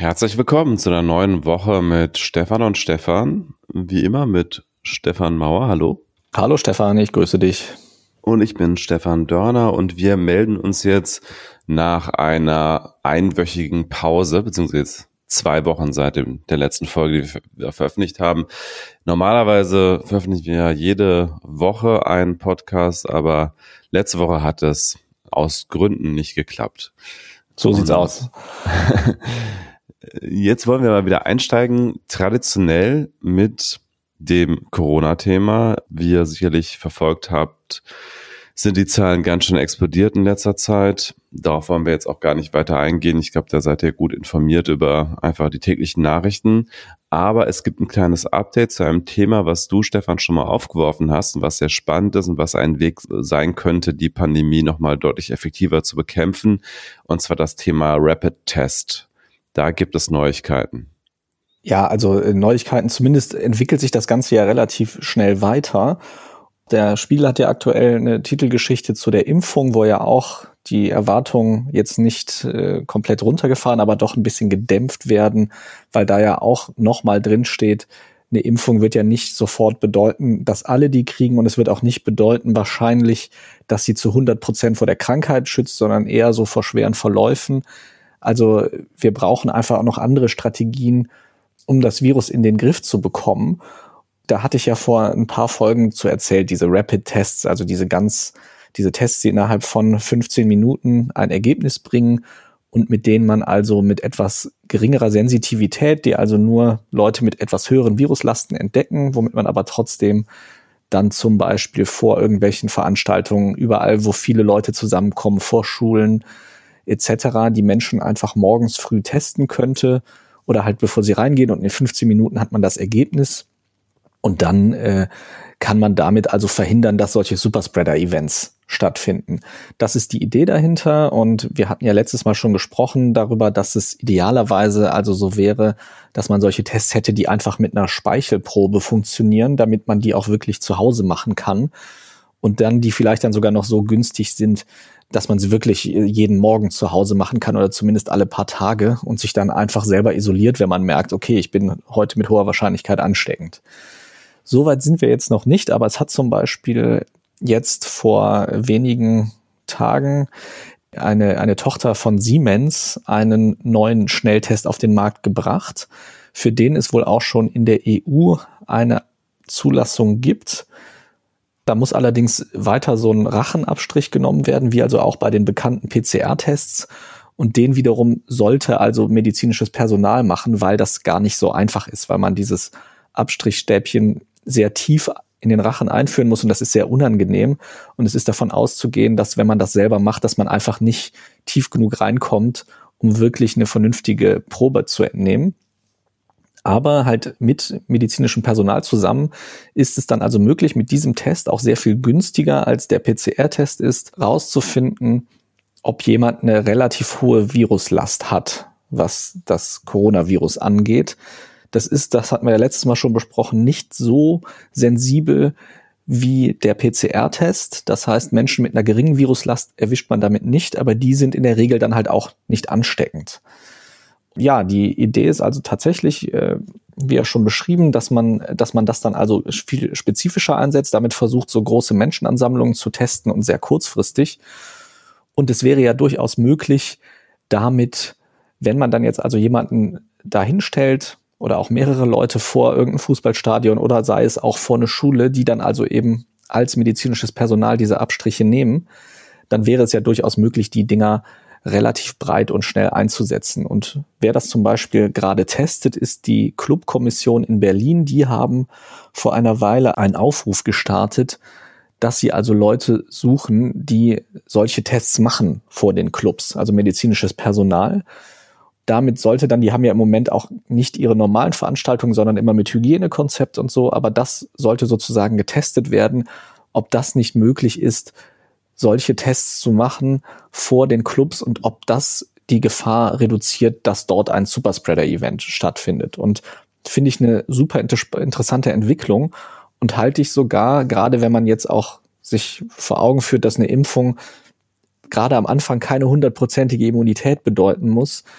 Herzlich willkommen zu einer neuen Woche mit Stefan und Stefan. Wie immer mit Stefan Mauer. Hallo. Hallo Stefan, ich grüße dich. Und ich bin Stefan Dörner und wir melden uns jetzt nach einer einwöchigen Pause, beziehungsweise jetzt 2 Wochen seit der letzten Folge, die wir veröffentlicht haben. Normalerweise veröffentlichen wir jede Woche einen Podcast, aber letzte Woche hat es aus Gründen nicht geklappt. So sieht's aus. Jetzt wollen wir mal wieder einsteigen, traditionell mit dem Corona-Thema. Wie ihr sicherlich verfolgt habt, sind die Zahlen ganz schön explodiert in letzter Zeit. Darauf wollen wir jetzt auch gar nicht weiter eingehen. Ich glaube, da seid ihr gut informiert über einfach die täglichen Nachrichten. Aber es gibt ein kleines Update zu einem Thema, was du, Stefan, schon mal aufgeworfen hast und was sehr spannend ist und was ein Weg sein könnte, die Pandemie nochmal deutlich effektiver zu bekämpfen. Und zwar das Thema Rapid Test. Da gibt es Neuigkeiten. Ja, also Neuigkeiten, zumindest entwickelt sich das Ganze ja relativ schnell weiter. Der Spiegel hat ja aktuell eine Titelgeschichte zu der Impfung, wo ja auch die Erwartungen jetzt nicht komplett runtergefahren, aber doch ein bisschen gedämpft werden, weil da ja auch nochmal drin steht, eine Impfung wird ja nicht sofort bedeuten, dass alle die kriegen, und es wird auch nicht bedeuten wahrscheinlich, dass sie zu 100% vor der Krankheit schützt, sondern eher so vor schweren Verläufen. Also wir brauchen einfach auch noch andere Strategien, um das Virus in den Griff zu bekommen. Da hatte ich ja vor ein paar Folgen zu erzählt, diese Rapid-Tests, also diese Tests, die innerhalb von 15 Minuten ein Ergebnis bringen und mit denen man also mit etwas geringerer Sensitivität, die also nur Leute mit etwas höheren Viruslasten entdecken, womit man aber trotzdem dann zum Beispiel vor irgendwelchen Veranstaltungen, überall, wo viele Leute zusammenkommen, vor Schulen etc., die Menschen einfach morgens früh testen könnte oder halt bevor sie reingehen, und in 15 Minuten hat man das Ergebnis und dann kann man damit also verhindern, dass solche Superspreader-Events stattfinden. Das ist die Idee dahinter, und wir hatten ja letztes Mal schon gesprochen darüber, dass es idealerweise also so wäre, dass man solche Tests hätte, die einfach mit einer Speichelprobe funktionieren, damit man die auch wirklich zu Hause machen kann und dann die vielleicht dann sogar noch so günstig sind, dass man sie wirklich jeden Morgen zu Hause machen kann oder zumindest alle paar Tage und sich dann einfach selber isoliert, wenn man merkt, okay, ich bin heute mit hoher Wahrscheinlichkeit ansteckend. Soweit sind wir jetzt noch nicht, aber es hat zum Beispiel jetzt vor wenigen Tagen eine Tochter von Siemens einen neuen Schnelltest auf den Markt gebracht, für den es wohl auch schon in der EU eine Zulassung gibt. Da muss allerdings weiter so ein Rachenabstrich genommen werden, wie also auch bei den bekannten PCR-Tests. Und den wiederum sollte also medizinisches Personal machen, weil das gar nicht so einfach ist, weil man dieses Abstrichstäbchen sehr tief in den Rachen einführen muss, und das ist sehr unangenehm. Und es ist davon auszugehen, dass wenn man das selber macht, dass man einfach nicht tief genug reinkommt, um wirklich eine vernünftige Probe zu entnehmen. Aber halt mit medizinischem Personal zusammen ist es dann also möglich, mit diesem Test auch sehr viel günstiger als der PCR-Test ist, rauszufinden, ob jemand eine relativ hohe Viruslast hat, was das Coronavirus angeht. Das hatten wir ja letztes Mal schon besprochen, nicht so sensibel wie der PCR-Test. Das heißt, Menschen mit einer geringen Viruslast erwischt man damit nicht, aber die sind in der Regel dann halt auch nicht ansteckend. Ja, die Idee ist also tatsächlich, wie ja schon beschrieben, dass man das dann also viel spezifischer einsetzt, damit versucht, so große Menschenansammlungen zu testen und sehr kurzfristig. Und es wäre ja durchaus möglich, damit, wenn man dann jetzt also jemanden dahinstellt oder auch mehrere Leute vor irgendein Fußballstadion oder sei es auch vor eine Schule, die dann also eben als medizinisches Personal diese Abstriche nehmen, dann wäre es ja durchaus möglich, die Dinger relativ breit und schnell einzusetzen. Und wer das zum Beispiel gerade testet, ist die Clubkommission in Berlin. Die haben vor einer Weile einen Aufruf gestartet, dass sie also Leute suchen, die solche Tests machen vor den Clubs, also medizinisches Personal. Damit sollte dann, die haben ja im Moment auch nicht ihre normalen Veranstaltungen, sondern immer mit Hygienekonzept und so, aber das sollte sozusagen getestet werden, ob das nicht möglich ist, solche Tests zu machen vor den Clubs und ob das die Gefahr reduziert, dass dort ein Superspreader-Event stattfindet. Und finde ich eine super interessante Entwicklung und halte ich sogar, gerade wenn man jetzt auch sich vor Augen führt, dass eine Impfung gerade am Anfang keine 100%ige Immunität bedeuten muss,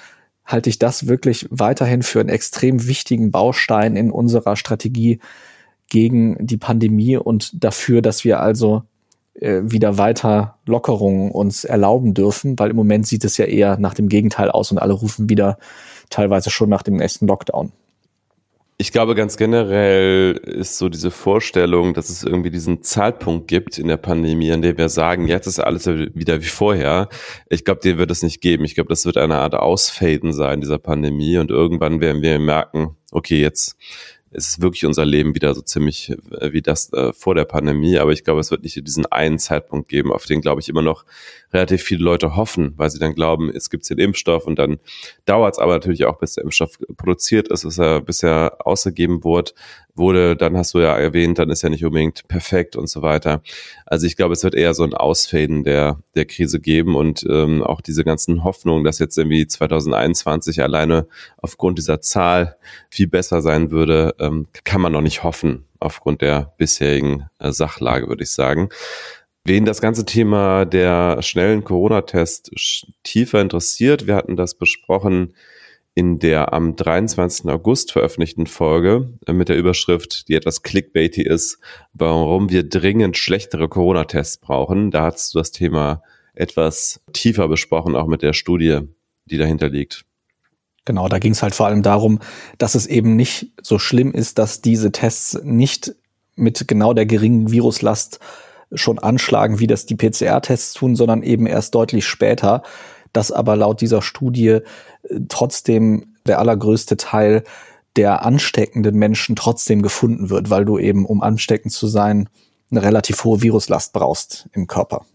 halte ich das wirklich weiterhin für einen extrem wichtigen Baustein in unserer Strategie gegen die Pandemie und dafür, dass wir also wieder weiter Lockerungen uns erlauben dürfen, weil im Moment sieht es ja eher nach dem Gegenteil aus und alle rufen wieder teilweise schon nach dem nächsten Lockdown. Ich glaube, ganz generell ist so diese Vorstellung, dass es irgendwie diesen Zeitpunkt gibt in der Pandemie, an dem wir sagen, jetzt ist alles wieder wie vorher. Ich glaube, den wird es nicht geben. Ich glaube, das wird eine Art Ausfaden sein, dieser Pandemie. Und irgendwann werden wir merken, okay, jetzt ist es wirklich unser Leben wieder so ziemlich wie das vor der Pandemie. Aber ich glaube, es wird nicht diesen einen Zeitpunkt geben, auf den, glaube ich, immer noch relativ viele Leute hoffen, weil sie dann glauben, es gibt den Impfstoff und dann dauert es aber natürlich auch, bis der Impfstoff produziert ist, bis er ausgegeben wurde, dann hast du ja erwähnt, dann ist er nicht unbedingt perfekt und so weiter. Also ich glaube, es wird eher so ein Ausfaden der Krise geben und auch diese ganzen Hoffnungen, dass jetzt irgendwie 2021 alleine aufgrund dieser Zahl viel besser sein würde, kann man noch nicht hoffen aufgrund der bisherigen Sachlage, würde ich sagen. Wen das ganze Thema der schnellen Corona-Tests tiefer interessiert, wir hatten das besprochen in der am 23. August veröffentlichten Folge mit der Überschrift, die etwas clickbaity ist, warum wir dringend schlechtere Corona-Tests brauchen. Da hast du das Thema etwas tiefer besprochen, auch mit der Studie, die dahinter liegt. Genau, da ging es halt vor allem darum, dass es eben nicht so schlimm ist, dass diese Tests nicht mit genau der geringen Viruslast schon anschlagen, wie das die PCR-Tests tun, sondern eben erst deutlich später, dass aber laut dieser Studie trotzdem der allergrößte Teil der ansteckenden Menschen trotzdem gefunden wird, weil du eben, um ansteckend zu sein, eine relativ hohe Viruslast brauchst im Körper.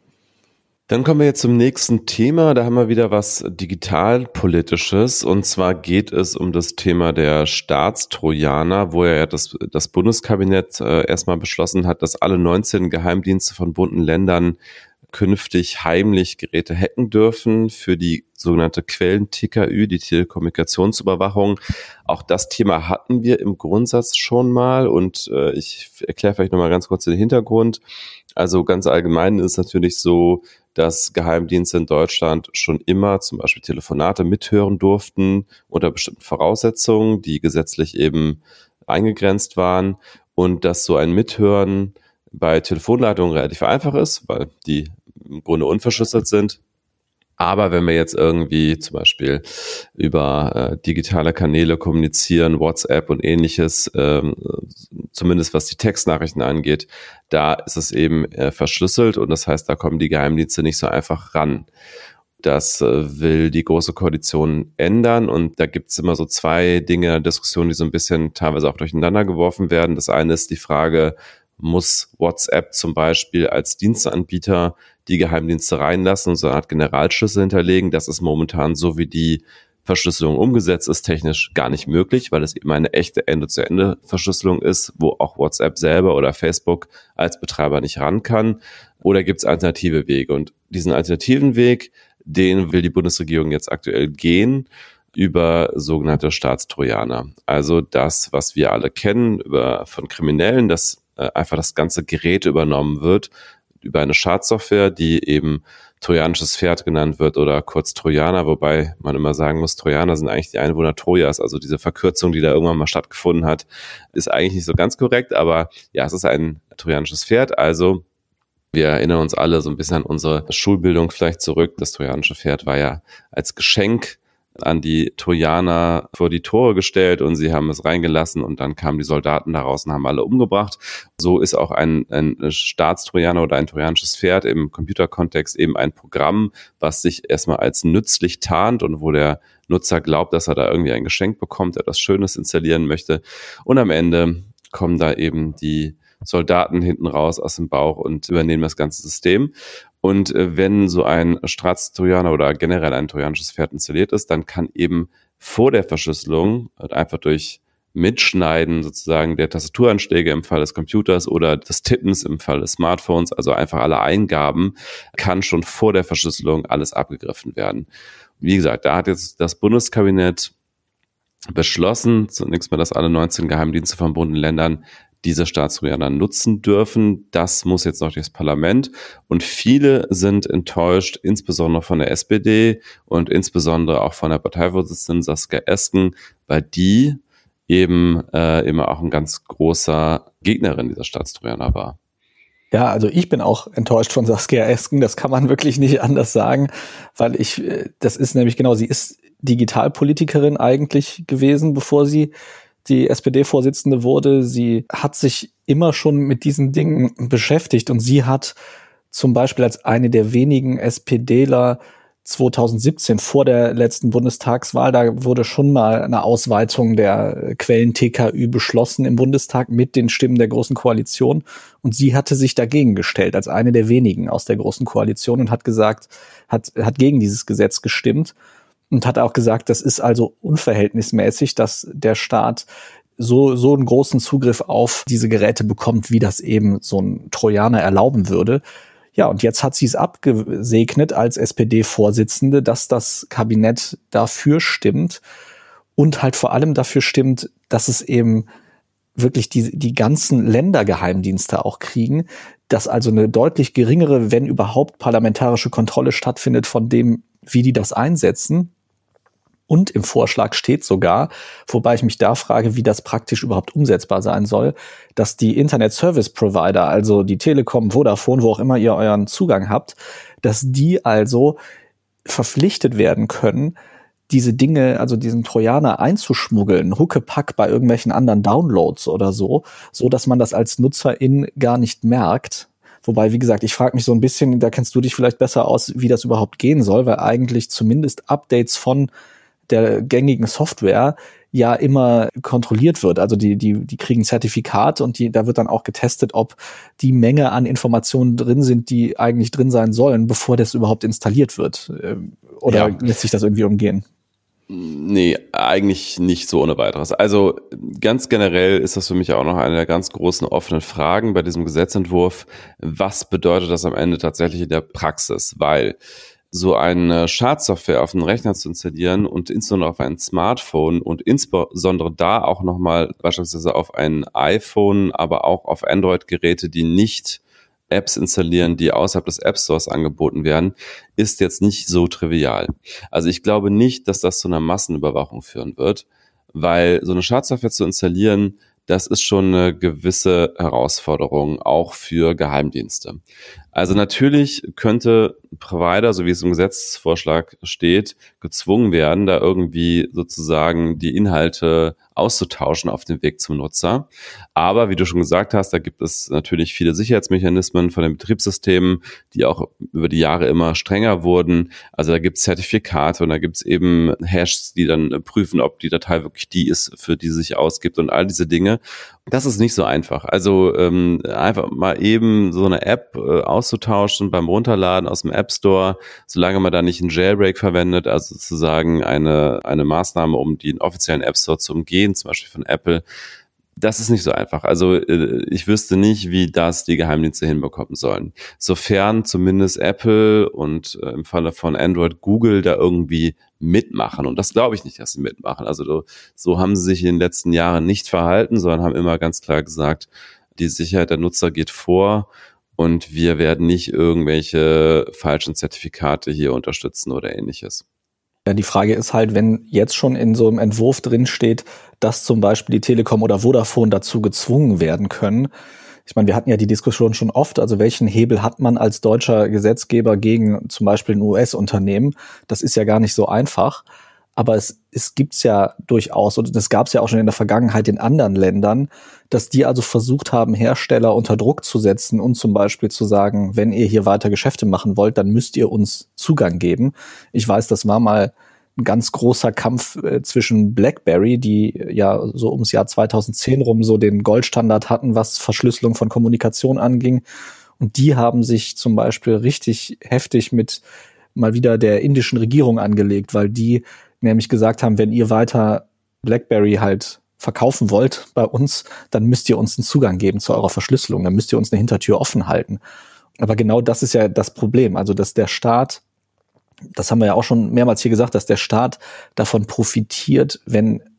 Dann kommen wir jetzt zum nächsten Thema. Da haben wir wieder was Digitalpolitisches. Und zwar geht es um das Thema der Staatstrojaner, wo ja das Bundeskabinett erstmal beschlossen hat, dass alle 19 Geheimdienste von bunten Ländern künftig heimlich Geräte hacken dürfen für die sogenannte Quellen-TKÜ, die Telekommunikationsüberwachung. Auch das Thema hatten wir im Grundsatz schon mal und ich erkläre vielleicht nochmal ganz kurz den Hintergrund. Also ganz allgemein ist es natürlich so, dass Geheimdienste in Deutschland schon immer zum Beispiel Telefonate mithören durften unter bestimmten Voraussetzungen, die gesetzlich eben eingegrenzt waren und dass so ein Mithören bei Telefonleitungen relativ einfach ist, weil die im Grunde unverschlüsselt sind. Aber wenn wir jetzt irgendwie zum Beispiel über digitale Kanäle kommunizieren, WhatsApp und ähnliches, zumindest was die Textnachrichten angeht, da ist es eben verschlüsselt und das heißt, da kommen die Geheimdienste nicht so einfach ran. Das will die Große Koalition ändern und da gibt es immer so zwei Dinge, Diskussionen, die so ein bisschen teilweise auch durcheinander geworfen werden. Das eine ist die Frage, muss WhatsApp zum Beispiel als Diensteanbieter die Geheimdienste reinlassen und so eine Art Generalschlüssel hinterlegen? Das ist momentan, so wie die Verschlüsselung umgesetzt ist, technisch gar nicht möglich, weil es eben eine echte Ende-zu-Ende-Verschlüsselung ist, wo auch WhatsApp selber oder Facebook als Betreiber nicht ran kann. Oder gibt es alternative Wege? Und diesen alternativen Weg, den will die Bundesregierung jetzt aktuell gehen über sogenannte Staatstrojaner. Also das, was wir alle kennen von Kriminellen, dass einfach das ganze Gerät übernommen wird über eine Schadsoftware, die eben trojanisches Pferd genannt wird oder kurz Trojaner, wobei man immer sagen muss, Trojaner sind eigentlich die Einwohner Trojas, also diese Verkürzung, die da irgendwann mal stattgefunden hat, ist eigentlich nicht so ganz korrekt, aber ja, es ist ein trojanisches Pferd, also wir erinnern uns alle so ein bisschen an unsere Schulbildung vielleicht zurück. Das trojanische Pferd war ja als Geschenk an die Trojaner vor die Tore gestellt und sie haben es reingelassen und dann kamen die Soldaten daraus und haben alle umgebracht. So ist auch ein Staatstrojaner oder ein trojanisches Pferd im Computerkontext eben ein Programm, was sich erstmal als nützlich tarnt und wo der Nutzer glaubt, dass er da irgendwie ein Geschenk bekommt, etwas Schönes installieren möchte und am Ende kommen da eben die Soldaten hinten raus aus dem Bauch und übernehmen das ganze System. Und wenn so ein Staatstrojaner oder generell ein trojanisches Pferd installiert ist, dann kann eben vor der Verschlüsselung einfach durch Mitschneiden sozusagen der Tastaturanschläge im Fall des Computers oder des Tippens im Fall des Smartphones, also einfach alle Eingaben, kann schon vor der Verschlüsselung alles abgegriffen werden. Wie gesagt, da hat jetzt das Bundeskabinett beschlossen, zunächst mal, dass alle 19 Geheimdienste von bunten Ländern diese Staatstrojaner nutzen dürfen. Das muss jetzt noch das Parlament. Und viele sind enttäuscht, insbesondere von der SPD und insbesondere auch von der Parteivorsitzenden Saskia Esken, weil die eben immer auch ein ganz großer Gegnerin dieser Staatstrojaner war. Ja, also ich bin auch enttäuscht von Saskia Esken, das kann man wirklich nicht anders sagen, weil das ist nämlich genau, sie ist Digitalpolitikerin eigentlich gewesen, bevor sie die SPD-Vorsitzende wurde. Sie hat sich immer schon mit diesen Dingen beschäftigt und sie hat zum Beispiel als eine der wenigen SPDler 2017 vor der letzten Bundestagswahl, da wurde schon mal eine Ausweitung der Quellen-TKÜ beschlossen im Bundestag mit den Stimmen der Großen Koalition. Und sie hatte sich dagegen gestellt als eine der wenigen aus der Großen Koalition und hat gesagt, hat gegen dieses Gesetz gestimmt und hat auch gesagt, das ist also unverhältnismäßig, dass der Staat so einen großen Zugriff auf diese Geräte bekommt, wie das eben so ein Trojaner erlauben würde. Ja, und jetzt hat sie es abgesegnet als SPD-Vorsitzende, dass das Kabinett dafür stimmt und halt vor allem dafür stimmt, dass es eben wirklich die ganzen Ländergeheimdienste auch kriegen, dass also eine deutlich geringere, wenn überhaupt, parlamentarische Kontrolle stattfindet von dem, wie die das einsetzen. Und im Vorschlag steht sogar, wobei ich mich da frage, wie das praktisch überhaupt umsetzbar sein soll, dass die Internet-Service-Provider, also die Telekom, Vodafone, wo auch immer ihr euren Zugang habt, dass die also verpflichtet werden können, diese Dinge, also diesen Trojaner einzuschmuggeln, Huckepack bei irgendwelchen anderen Downloads oder so dass man das als Nutzerin gar nicht merkt. Wobei, wie gesagt, ich frage mich so ein bisschen, da kennst du dich vielleicht besser aus, wie das überhaupt gehen soll, weil eigentlich zumindest Updates von der gängigen Software ja immer kontrolliert wird. Also die kriegen ein Zertifikat und da wird dann auch getestet, ob die Menge an Informationen drin sind, die eigentlich drin sein sollen, bevor das überhaupt installiert wird. Oder lässt sich das irgendwie umgehen? Nee, eigentlich nicht so ohne weiteres. Also ganz generell ist das für mich auch noch eine der ganz großen offenen Fragen bei diesem Gesetzentwurf. Was bedeutet das am Ende tatsächlich in der Praxis? Weil so eine Schadsoftware auf einen Rechner zu installieren und insbesondere auf ein Smartphone und insbesondere da auch nochmal beispielsweise auf ein iPhone, aber auch auf Android-Geräte, die nicht Apps installieren, die außerhalb des App Stores angeboten werden, ist jetzt nicht so trivial. Also ich glaube nicht, dass das zu einer Massenüberwachung führen wird, weil so eine Schadsoftware zu installieren, das ist schon eine gewisse Herausforderung, auch für Geheimdienste. Also natürlich könnte Provider, so wie es im Gesetzesvorschlag steht, gezwungen werden, da irgendwie sozusagen die Inhalte auszutauschen auf dem Weg zum Nutzer. Aber wie du schon gesagt hast, da gibt es natürlich viele Sicherheitsmechanismen von den Betriebssystemen, die auch über die Jahre immer strenger wurden. Also da gibt es Zertifikate und da gibt es eben Hashes, die dann prüfen, ob die Datei wirklich die ist, für die sie sich ausgibt und all diese Dinge. Das ist nicht so einfach. Also einfach mal eben so eine App auszutauschen beim Runterladen aus dem App Store, solange man da nicht einen Jailbreak verwendet, also sozusagen eine Maßnahme, um den offiziellen App Store zu umgehen, zum Beispiel von Apple. Das ist nicht so einfach. Also ich wüsste nicht, wie das die Geheimdienste hinbekommen sollen. Sofern zumindest Apple und im Falle von Android Google da irgendwie mitmachen. Und das glaube ich nicht, dass sie mitmachen. Also so haben sie sich in den letzten Jahren nicht verhalten, sondern haben immer ganz klar gesagt, die Sicherheit der Nutzer geht vor und wir werden nicht irgendwelche falschen Zertifikate hier unterstützen oder ähnliches. Ja, die Frage ist halt, wenn jetzt schon in so einem Entwurf drin steht, dass zum Beispiel die Telekom oder Vodafone dazu gezwungen werden können. Ich meine, wir hatten ja die Diskussion schon oft, also welchen Hebel hat man als deutscher Gesetzgeber gegen zum Beispiel ein US-Unternehmen? Das ist ja gar nicht so einfach. Aber es gibt's ja durchaus, und das gab's ja auch schon in der Vergangenheit in anderen Ländern, dass die also versucht haben, Hersteller unter Druck zu setzen und zum Beispiel zu sagen, wenn ihr hier weiter Geschäfte machen wollt, dann müsst ihr uns Zugang geben. Ich weiß, das war mal ein ganz großer Kampf zwischen BlackBerry, die ja so ums Jahr 2010 rum so den Goldstandard hatten, was Verschlüsselung von Kommunikation anging. Und die haben sich zum Beispiel richtig heftig mit mal wieder der indischen Regierung angelegt, weil die nämlich gesagt haben, wenn ihr weiter BlackBerry halt verkaufen wollt bei uns, dann müsst ihr uns einen Zugang geben zu eurer Verschlüsselung, dann müsst ihr uns eine Hintertür offen halten. Aber genau das ist ja das Problem, also dass der Staat, das haben wir ja auch schon mehrmals hier gesagt, dass der Staat davon profitiert, wenn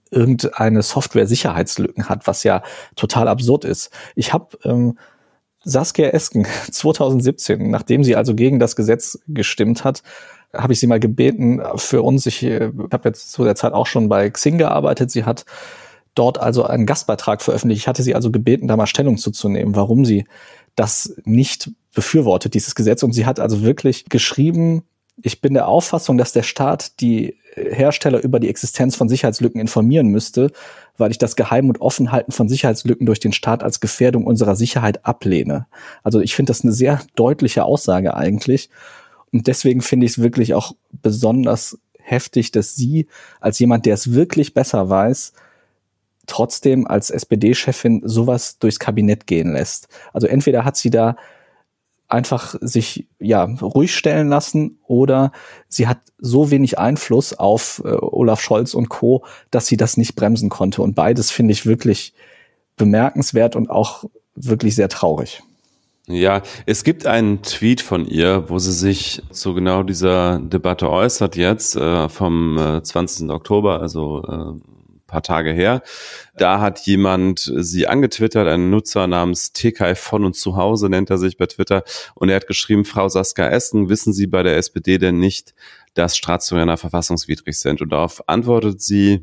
irgendeine Software Sicherheitslücken hat, was ja total absurd ist. Ich habe Saskia Esken 2017, nachdem sie also gegen das Gesetz gestimmt hat, habe ich sie mal gebeten für uns. Ich habe jetzt zu der Zeit auch schon bei Xing gearbeitet. Sie hat dort also einen Gastbeitrag veröffentlicht. Ich hatte sie also gebeten, da mal Stellung zuzunehmen, warum sie das nicht befürwortet, dieses Gesetz. Und sie hat also wirklich geschrieben, ich bin der Auffassung, dass der Staat die Hersteller über die Existenz von Sicherheitslücken informieren müsste, weil ich das Geheim- und Offenhalten von Sicherheitslücken durch den Staat als Gefährdung unserer Sicherheit ablehne. Also ich finde das eine sehr deutliche Aussage eigentlich. Und deswegen finde ich es wirklich auch besonders heftig, dass sie als jemand, der es wirklich besser weiß, trotzdem als SPD-Chefin sowas durchs Kabinett gehen lässt. Also entweder hat sie da einfach sich ruhig stellen lassen oder sie hat so wenig Einfluss auf Olaf Scholz und Co., dass sie das nicht bremsen konnte. Und beides finde ich wirklich bemerkenswert und auch wirklich sehr traurig. Ja, es gibt einen Tweet von ihr, wo sie sich zu genau dieser Debatte äußert jetzt, vom 20. Oktober, also paar Tage her. Da hat jemand sie angetwittert, ein Nutzer namens TK von und zu Hause nennt er sich bei Twitter, und er hat geschrieben: Frau Saskia Esken, wissen Sie bei der SPD denn nicht, dass Staatstrojaner verfassungswidrig sind? Und darauf antwortet sie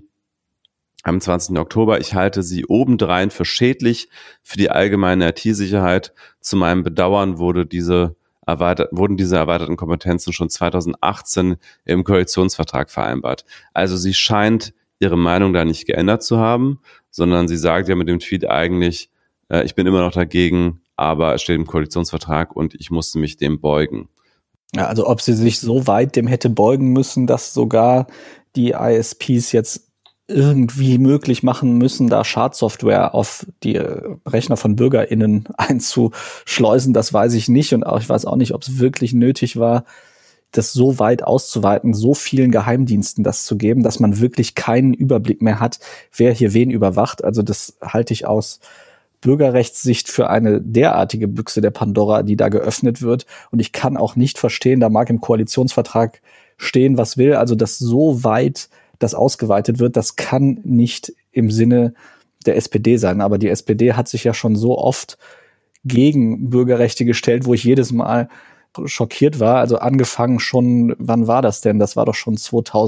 am 20. Oktober: Ich halte sie obendrein für schädlich für die allgemeine IT-Sicherheit. Zu meinem Bedauern wurden diese erweiterten Kompetenzen schon 2018 im Koalitionsvertrag vereinbart. Also sie scheint ihre Meinung da nicht geändert zu haben, sondern sie sagt ja mit dem Tweet eigentlich, ich bin immer noch dagegen, aber es steht im Koalitionsvertrag und ich musste mich dem beugen. Ja, also ob sie sich so weit dem hätte beugen müssen, dass sogar die ISPs jetzt irgendwie möglich machen müssen, da Schadsoftware auf die Rechner von BürgerInnen einzuschleusen, das weiß ich nicht. Und auch ich weiß auch nicht, ob es wirklich nötig war, das so weit auszuweiten, so vielen Geheimdiensten das zu geben, dass man wirklich keinen Überblick mehr hat, wer hier wen überwacht. Also das halte ich aus Bürgerrechtssicht für eine derartige Büchse der Pandora, die da geöffnet wird. Und ich kann auch nicht verstehen, da mag im Koalitionsvertrag stehen, was will, also dass so weit das ausgeweitet wird, das kann nicht im Sinne der SPD sein. Aber die SPD hat sich ja schon so oft gegen Bürgerrechte gestellt, wo ich jedes Mal schockiert war. Also angefangen schon, wann war das denn? Das war doch schon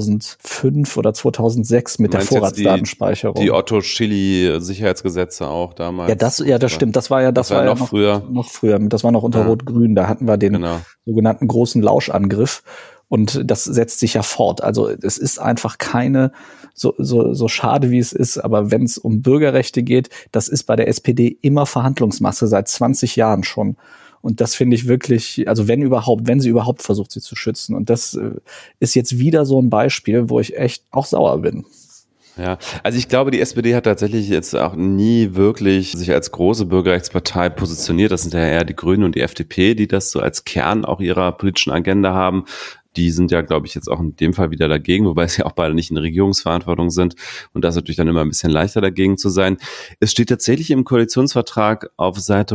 2005 oder 2006 mit der Vorratsdatenspeicherung. Die Otto-Schily-Sicherheitsgesetze auch damals. Das stimmt. Das war noch früher. Noch früher. Das war noch unter Rot-Grün. Da hatten wir den sogenannten großen Lauschangriff. Und das setzt sich ja fort. Also es ist einfach keine, so schade wie es ist, aber wenn es um Bürgerrechte geht, das ist bei der SPD immer Verhandlungsmasse, seit 20 Jahren schon. Und das finde ich wirklich, also wenn sie überhaupt versucht, sie zu schützen. Und das ist jetzt wieder so ein Beispiel, wo ich echt auch sauer bin. Ja, also ich glaube, die SPD hat tatsächlich jetzt auch nie wirklich sich als große Bürgerrechtspartei positioniert. Das sind ja eher die Grünen und die FDP, die das so als Kern auch ihrer politischen Agenda haben. Die sind ja, glaube ich, jetzt auch in dem Fall wieder dagegen, wobei es ja auch beide nicht in Regierungsverantwortung sind und das ist natürlich dann immer ein bisschen leichter dagegen zu sein. Es steht tatsächlich im Koalitionsvertrag auf Seite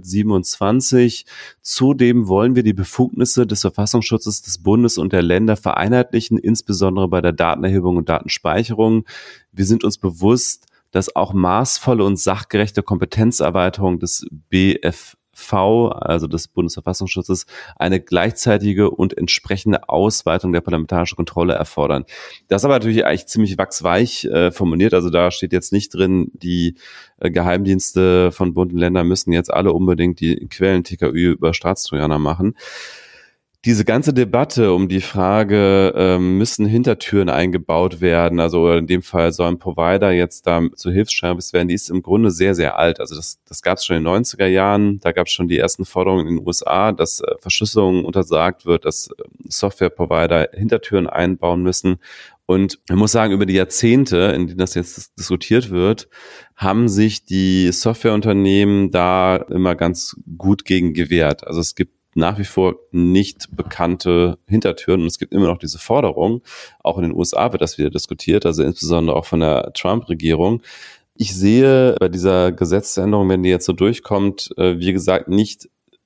127, zudem wollen wir die Befugnisse des Verfassungsschutzes des Bundes und der Länder vereinheitlichen, insbesondere bei der Datenerhebung und Datenspeicherung. Wir sind uns bewusst, dass auch maßvolle und sachgerechte Kompetenzerweiterung des BFV, also des Bundesverfassungsschutzes, eine gleichzeitige und entsprechende Ausweitung der parlamentarischen Kontrolle erfordern. Das ist aber natürlich eigentlich ziemlich wachsweich formuliert. Also da steht jetzt nicht drin, die Geheimdienste von Bund und Ländern müssen jetzt alle unbedingt die Quellen-TKÜ über Staatstrojaner machen. Diese ganze Debatte um die Frage, müssen Hintertüren eingebaut werden, also in dem Fall soll ein Provider jetzt da zu Hilfsservice werden, die ist im Grunde sehr, sehr alt. Also das gab es schon in den 90er Jahren, da gab es schon die ersten Forderungen in den USA, dass Verschlüsselung untersagt wird, dass Software-Provider Hintertüren einbauen müssen. Und ich muss sagen, über die Jahrzehnte, in denen das jetzt diskutiert wird, haben sich die Softwareunternehmen da immer ganz gut gegen gewehrt. Also es gibt nach wie vor nicht bekannte Hintertüren und es gibt immer noch diese Forderung. Auch in den USA wird das wieder diskutiert, also insbesondere auch von der Trump-Regierung. Ich sehe bei dieser Gesetzesänderung, wenn die jetzt so durchkommt, wie gesagt, nicht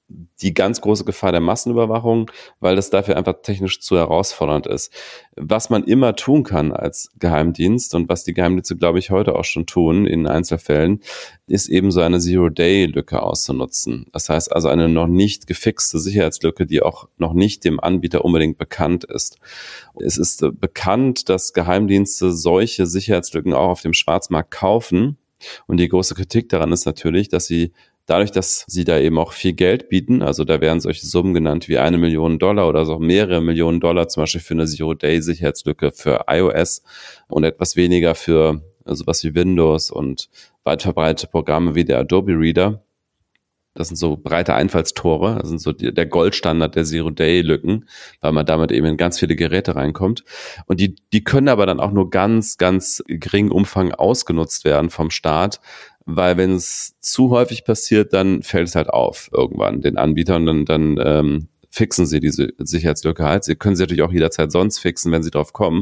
die ganz große Gefahr der Massenüberwachung, weil das dafür einfach technisch zu herausfordernd ist. Was man immer tun kann als Geheimdienst und was die Geheimdienste, glaube ich, heute auch schon tun in Einzelfällen, ist eben so eine Zero-Day-Lücke auszunutzen. Das heißt also eine noch nicht gefixte Sicherheitslücke, die auch noch nicht dem Anbieter unbedingt bekannt ist. Es ist bekannt, dass Geheimdienste solche Sicherheitslücken auch auf dem Schwarzmarkt kaufen. Und die große Kritik daran ist natürlich, dass sie dadurch, dass sie da eben auch viel Geld bieten, also da werden solche Summen genannt wie $1 Million oder so mehrere Millionen $, zum Beispiel für eine Zero-Day-Sicherheitslücke für iOS und etwas weniger für sowas wie Windows und weit verbreitete Programme wie der Adobe Reader. Das sind so breite Einfallstore, das sind so der Goldstandard der Zero-Day-Lücken, weil man damit eben in ganz viele Geräte reinkommt. Und die können aber dann auch nur ganz, ganz geringen Umfang ausgenutzt werden vom Staat, weil wenn es zu häufig passiert, dann fällt es halt auf irgendwann den Anbietern und dann fixen sie diese Sicherheitslücke halt. Sie können sie natürlich auch jederzeit sonst fixen, wenn sie drauf kommen.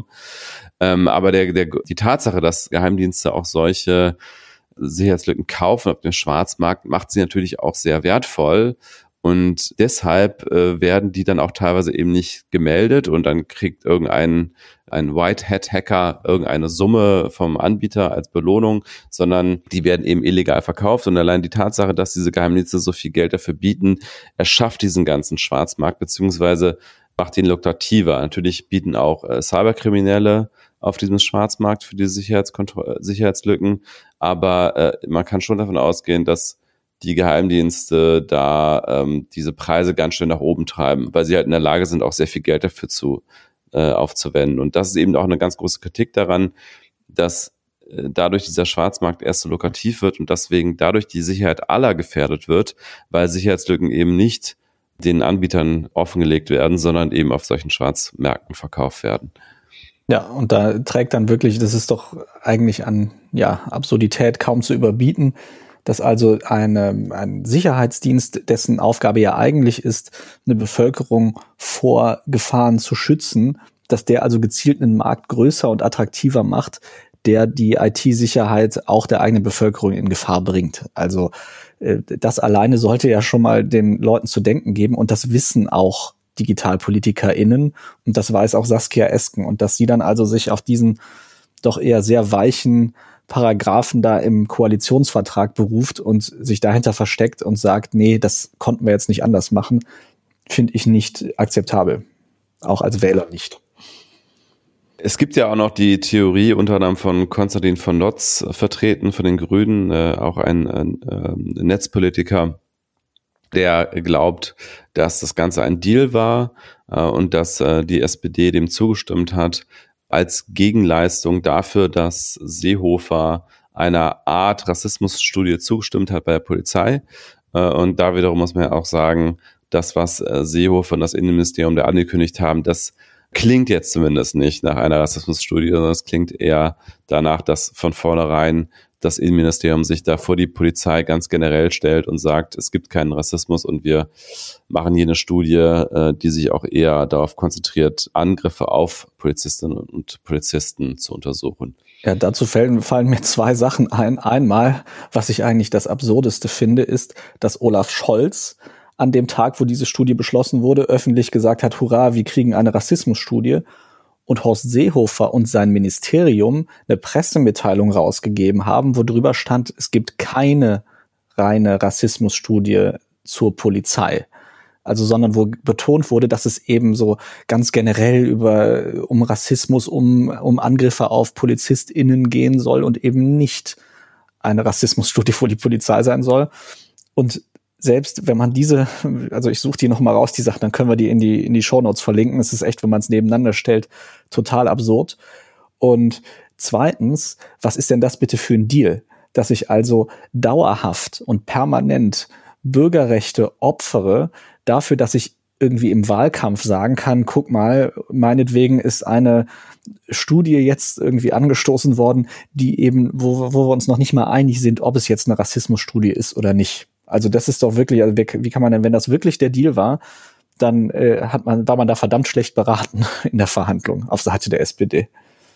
Aber die Tatsache, dass Geheimdienste auch solche Sicherheitslücken kaufen auf dem Schwarzmarkt, macht sie natürlich auch sehr wertvoll. Und deshalb werden die dann auch teilweise eben nicht gemeldet und dann kriegt ein White-Hat-Hacker irgendeine Summe vom Anbieter als Belohnung, sondern die werden eben illegal verkauft. Und allein die Tatsache, dass diese Geheimdienste so viel Geld dafür bieten, erschafft diesen ganzen Schwarzmarkt, beziehungsweise macht ihn lukrativer. Natürlich bieten auch Cyberkriminelle auf diesem Schwarzmarkt für diese Sicherheitslücken, aber man kann schon davon ausgehen, dass die Geheimdienste da diese Preise ganz schön nach oben treiben, weil sie halt in der Lage sind, auch sehr viel Geld dafür aufzuwenden. Und das ist eben auch eine ganz große Kritik daran, dass dadurch dieser Schwarzmarkt erst so lukrativ wird und deswegen dadurch die Sicherheit aller gefährdet wird, weil Sicherheitslücken eben nicht den Anbietern offengelegt werden, sondern eben auf solchen Schwarzmärkten verkauft werden. Ja, und da trägt dann wirklich, das ist doch eigentlich an Absurdität kaum zu überbieten, dass also ein Sicherheitsdienst, dessen Aufgabe ja eigentlich ist, eine Bevölkerung vor Gefahren zu schützen, dass der also gezielt einen Markt größer und attraktiver macht, der die IT-Sicherheit auch der eigenen Bevölkerung in Gefahr bringt. Also das alleine sollte ja schon mal den Leuten zu denken geben und das wissen auch DigitalpolitikerInnen und das weiß auch Saskia Esken und dass sie dann also sich auf diesen doch eher sehr weichen Paragraphen da im Koalitionsvertrag beruft und sich dahinter versteckt und sagt, nee, das konnten wir jetzt nicht anders machen, finde ich nicht akzeptabel. Auch als Wähler nicht. Es gibt ja auch noch die Theorie unter anderem von Konstantin von Notz vertreten, von den Grünen, auch ein Netzpolitiker, der glaubt, dass das Ganze ein Deal war und dass die SPD dem zugestimmt hat, als Gegenleistung dafür, dass Seehofer einer Art Rassismusstudie zugestimmt hat bei der Polizei. Und da wiederum muss man ja auch sagen, das, was Seehofer und das Innenministerium da angekündigt haben, das klingt jetzt zumindest nicht nach einer Rassismusstudie, sondern es klingt eher danach, dass von vornherein das Innenministerium sich da vor die Polizei ganz generell stellt und sagt, es gibt keinen Rassismus und wir machen hier eine Studie, die sich auch eher darauf konzentriert, Angriffe auf Polizistinnen und Polizisten zu untersuchen. Ja, dazu fallen mir zwei Sachen ein. Einmal, was ich eigentlich das Absurdeste finde, ist, dass Olaf Scholz an dem Tag, wo diese Studie beschlossen wurde, öffentlich gesagt hat, hurra, wir kriegen eine Rassismusstudie. Und Horst Seehofer und sein Ministerium eine Pressemitteilung rausgegeben haben, wo drüber stand, es gibt keine reine Rassismusstudie zur Polizei. Also, sondern wo betont wurde, dass es eben so ganz generell um Rassismus, um Angriffe auf PolizistInnen gehen soll und eben nicht eine Rassismusstudie vor die Polizei sein soll. Und selbst wenn man also ich suche die noch mal raus, die Sachen, dann können wir die in die Shownotes verlinken. Es ist echt, wenn man es nebeneinander stellt, total absurd. Und zweitens, was ist denn das bitte für ein Deal? Dass ich also dauerhaft und permanent Bürgerrechte opfere dafür, dass ich irgendwie im Wahlkampf sagen kann, guck mal, meinetwegen ist eine Studie jetzt irgendwie angestoßen worden, die eben, wo wir uns noch nicht mal einig sind, ob es jetzt eine Rassismusstudie ist oder nicht. Also das ist doch wirklich, also wie kann man denn, wenn das wirklich der Deal war, dann war man da verdammt schlecht beraten in der Verhandlung auf Seite der SPD.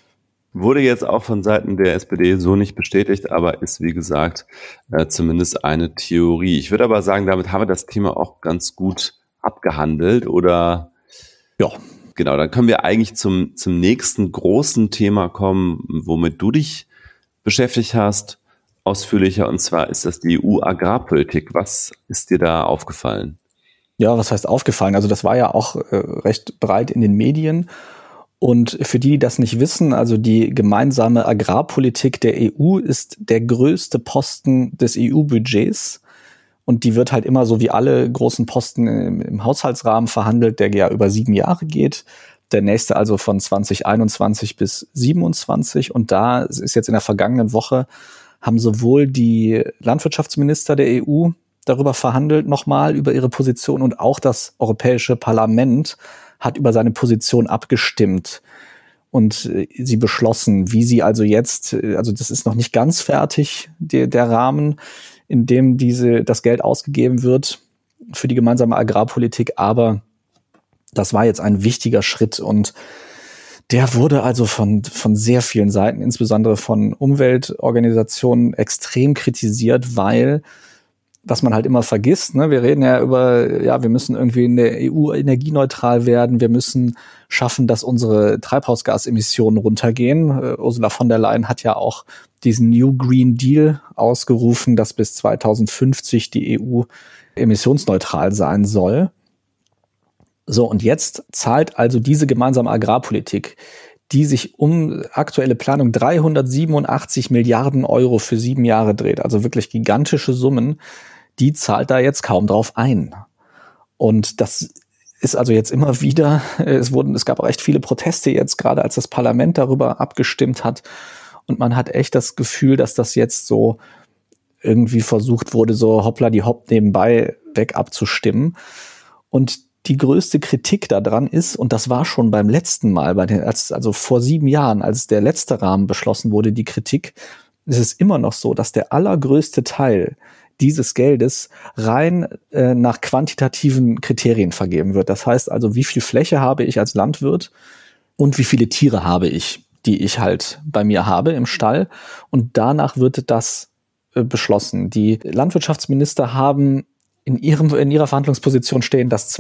Wurde jetzt auch von Seiten der SPD so nicht bestätigt, aber ist, wie gesagt, zumindest eine Theorie. Ich würde aber sagen, damit haben wir das Thema auch ganz gut abgehandelt, oder? Ja. Genau, dann können wir eigentlich zum nächsten großen Thema kommen, womit du dich beschäftigt hast, ausführlicher, und zwar ist das die EU-Agrarpolitik. Was ist dir da aufgefallen? Ja, was heißt aufgefallen? Also das war ja auch recht breit in den Medien. Und für die das nicht wissen, also die gemeinsame Agrarpolitik der EU ist der größte Posten des EU-Budgets. Und die wird halt immer so wie alle großen Posten im Haushaltsrahmen verhandelt, der ja über 7 Jahre geht. Der nächste also von 2021 bis 27. Und da ist jetzt in der vergangenen Woche, haben sowohl die Landwirtschaftsminister der EU darüber verhandelt, nochmal über ihre Position, und auch das Europäische Parlament hat über seine Position abgestimmt und sie beschlossen, wie sie also jetzt, also das ist noch nicht ganz fertig, der Rahmen, in dem das Geld ausgegeben wird für die gemeinsame Agrarpolitik, aber das war jetzt ein wichtiger Schritt, und der wurde also von sehr vielen Seiten, insbesondere von Umweltorganisationen, extrem kritisiert, weil, was man halt immer vergisst, ne, wir reden ja über, ja, wir müssen irgendwie in der EU energieneutral werden, wir müssen schaffen, dass unsere Treibhausgasemissionen runtergehen. Ursula von der Leyen hat ja auch diesen New Green Deal ausgerufen, dass bis 2050 die EU emissionsneutral sein soll. So, und jetzt zahlt also diese gemeinsame Agrarpolitik, die sich um aktuelle Planung 387 Milliarden Euro für 7 Jahre dreht, also wirklich gigantische Summen, die zahlt da jetzt kaum drauf ein. Und das ist also jetzt immer wieder, es gab auch echt viele Proteste jetzt, gerade als das Parlament darüber abgestimmt hat. Und man hat echt das Gefühl, dass das jetzt so irgendwie versucht wurde, so hoppla die hopp nebenbei weg abzustimmen. Und die größte Kritik daran ist, und das war schon beim letzten Mal, also vor 7 Jahren, als der letzte Rahmen beschlossen wurde, die Kritik, ist es immer noch so, dass der allergrößte Teil dieses Geldes rein nach quantitativen Kriterien vergeben wird. Das heißt also, wie viel Fläche habe ich als Landwirt und wie viele Tiere habe ich, die ich halt bei mir habe im Stall. Und danach wird das beschlossen. Die Landwirtschaftsminister haben in ihrer Verhandlungsposition stehen, dass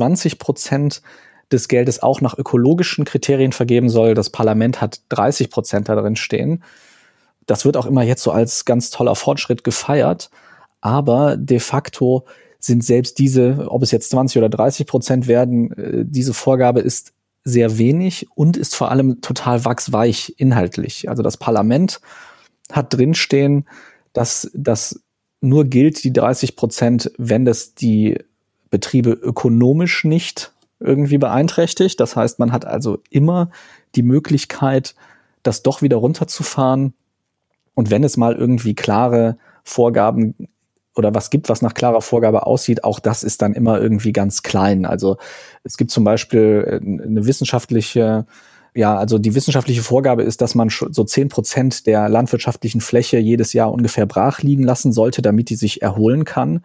20% des Geldes auch nach ökologischen Kriterien vergeben soll. Das Parlament hat 30% da drin stehen. Das wird auch immer jetzt so als ganz toller Fortschritt gefeiert. Aber de facto sind selbst diese, ob es jetzt 20 oder 30% werden, diese Vorgabe ist sehr wenig und ist vor allem total wachsweich inhaltlich. Also das Parlament hat drinstehen, dass das nur gilt, die 30%, wenn das die Betriebe ökonomisch nicht irgendwie beeinträchtigt. Das heißt, man hat also immer die Möglichkeit, das doch wieder runterzufahren. Und wenn es mal irgendwie klare Vorgaben oder was gibt, was nach klarer Vorgabe aussieht, auch das ist dann immer irgendwie ganz klein. Also es gibt zum Beispiel eine wissenschaftliche, also die wissenschaftliche Vorgabe ist, dass man so 10% der landwirtschaftlichen Fläche jedes Jahr ungefähr brach liegen lassen sollte, damit die sich erholen kann.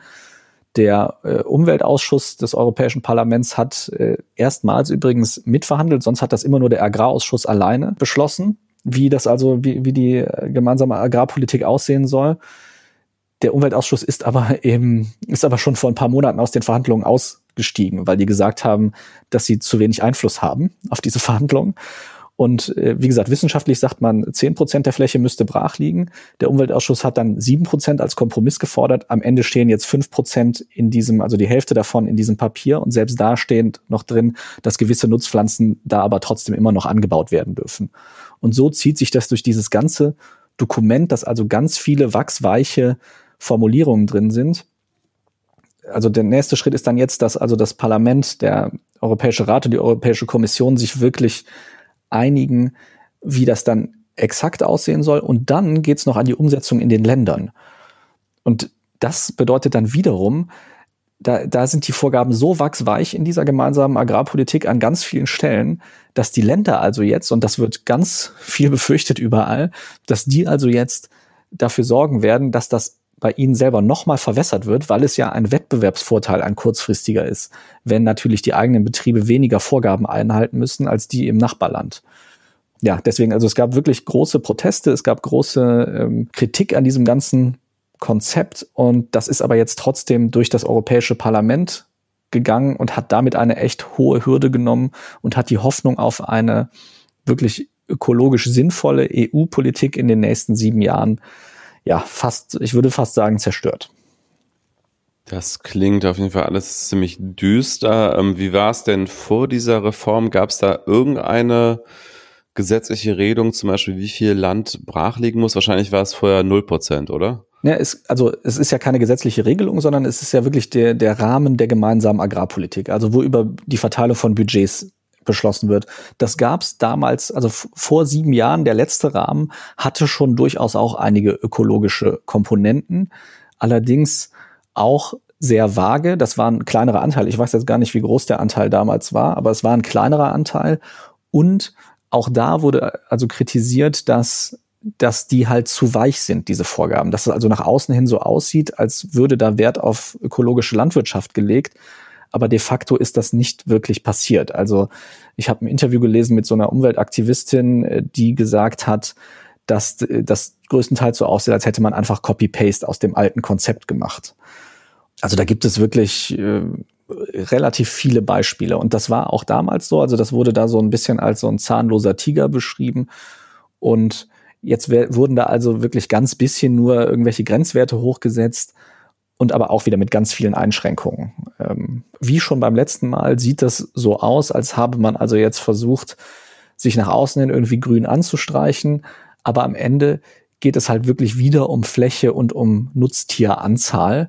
Der Umweltausschuss des Europäischen Parlaments hat erstmals übrigens mitverhandelt, sonst hat das immer nur der Agrarausschuss alleine beschlossen, wie die gemeinsame Agrarpolitik aussehen soll. Der Umweltausschuss ist aber schon vor ein paar Monaten aus den Verhandlungen ausgestiegen, weil die gesagt haben, dass sie zu wenig Einfluss haben auf diese Verhandlungen. Und wie gesagt, wissenschaftlich sagt man, 10% der Fläche müsste brach liegen. Der Umweltausschuss hat dann 7% als Kompromiss gefordert. Am Ende stehen jetzt 5% in diesem, also die Hälfte davon in diesem Papier. Und selbst da steht noch drin, dass gewisse Nutzpflanzen da aber trotzdem immer noch angebaut werden dürfen. Und so zieht sich das durch dieses ganze Dokument, dass also ganz viele wachsweiche Formulierungen drin sind. Also der nächste Schritt ist dann jetzt, dass also das Parlament, der Europäische Rat und die Europäische Kommission sich wirklich einigen, wie das dann exakt aussehen soll. Und dann geht's noch an die Umsetzung in den Ländern. Und das bedeutet dann wiederum, da sind die Vorgaben so wachsweich in dieser gemeinsamen Agrarpolitik an ganz vielen Stellen, dass die Länder also jetzt, und das wird ganz viel befürchtet überall, dass die also jetzt dafür sorgen werden, dass das bei ihnen selber nochmal verwässert wird, weil es ja ein Wettbewerbsvorteil, ein kurzfristiger ist, wenn natürlich die eigenen Betriebe weniger Vorgaben einhalten müssen als die im Nachbarland. Ja, deswegen, also es gab wirklich große Proteste, es gab große Kritik an diesem ganzen Konzept und das ist aber jetzt trotzdem durch das Europäische Parlament gegangen und hat damit eine echt hohe Hürde genommen und hat die Hoffnung auf eine wirklich ökologisch sinnvolle EU-Politik in den nächsten 7 Jahren, ja, ich würde fast sagen, zerstört. Das klingt auf jeden Fall alles ziemlich düster. Wie war es denn vor dieser Reform? Gab es da irgendeine gesetzliche Regelung, zum Beispiel wie viel Land brach liegen muss? Wahrscheinlich war es vorher 0%, oder? Ja, es ist ja keine gesetzliche Regelung, sondern es ist ja wirklich der Rahmen der gemeinsamen Agrarpolitik, also wo über die Verteilung von Budgets beschlossen wird. Das gab es damals, also vor 7 Jahren, der letzte Rahmen hatte schon durchaus auch einige ökologische Komponenten, allerdings auch sehr vage. Das war ein kleinerer Anteil. Ich weiß jetzt gar nicht, wie groß der Anteil damals war, aber es war ein kleinerer Anteil. Und auch da wurde also kritisiert, dass die halt zu weich sind, diese Vorgaben. Dass es also nach außen hin so aussieht, als würde da Wert auf ökologische Landwirtschaft gelegt. Aber de facto ist das nicht wirklich passiert. Also ich habe ein Interview gelesen mit so einer Umweltaktivistin, die gesagt hat, dass das größtenteils so aussieht, als hätte man einfach Copy-Paste aus dem alten Konzept gemacht. Also da gibt es wirklich relativ viele Beispiele. Und das war auch damals so. Also das wurde da so ein bisschen als so ein zahnloser Tiger beschrieben. Und jetzt wurden da also wirklich ganz bisschen nur irgendwelche Grenzwerte hochgesetzt und aber auch wieder mit ganz vielen Einschränkungen. Wie schon beim letzten Mal sieht das so aus, als habe man also jetzt versucht, sich nach außen hin irgendwie grün anzustreichen. Aber am Ende geht es halt wirklich wieder um Fläche und um Nutztieranzahl.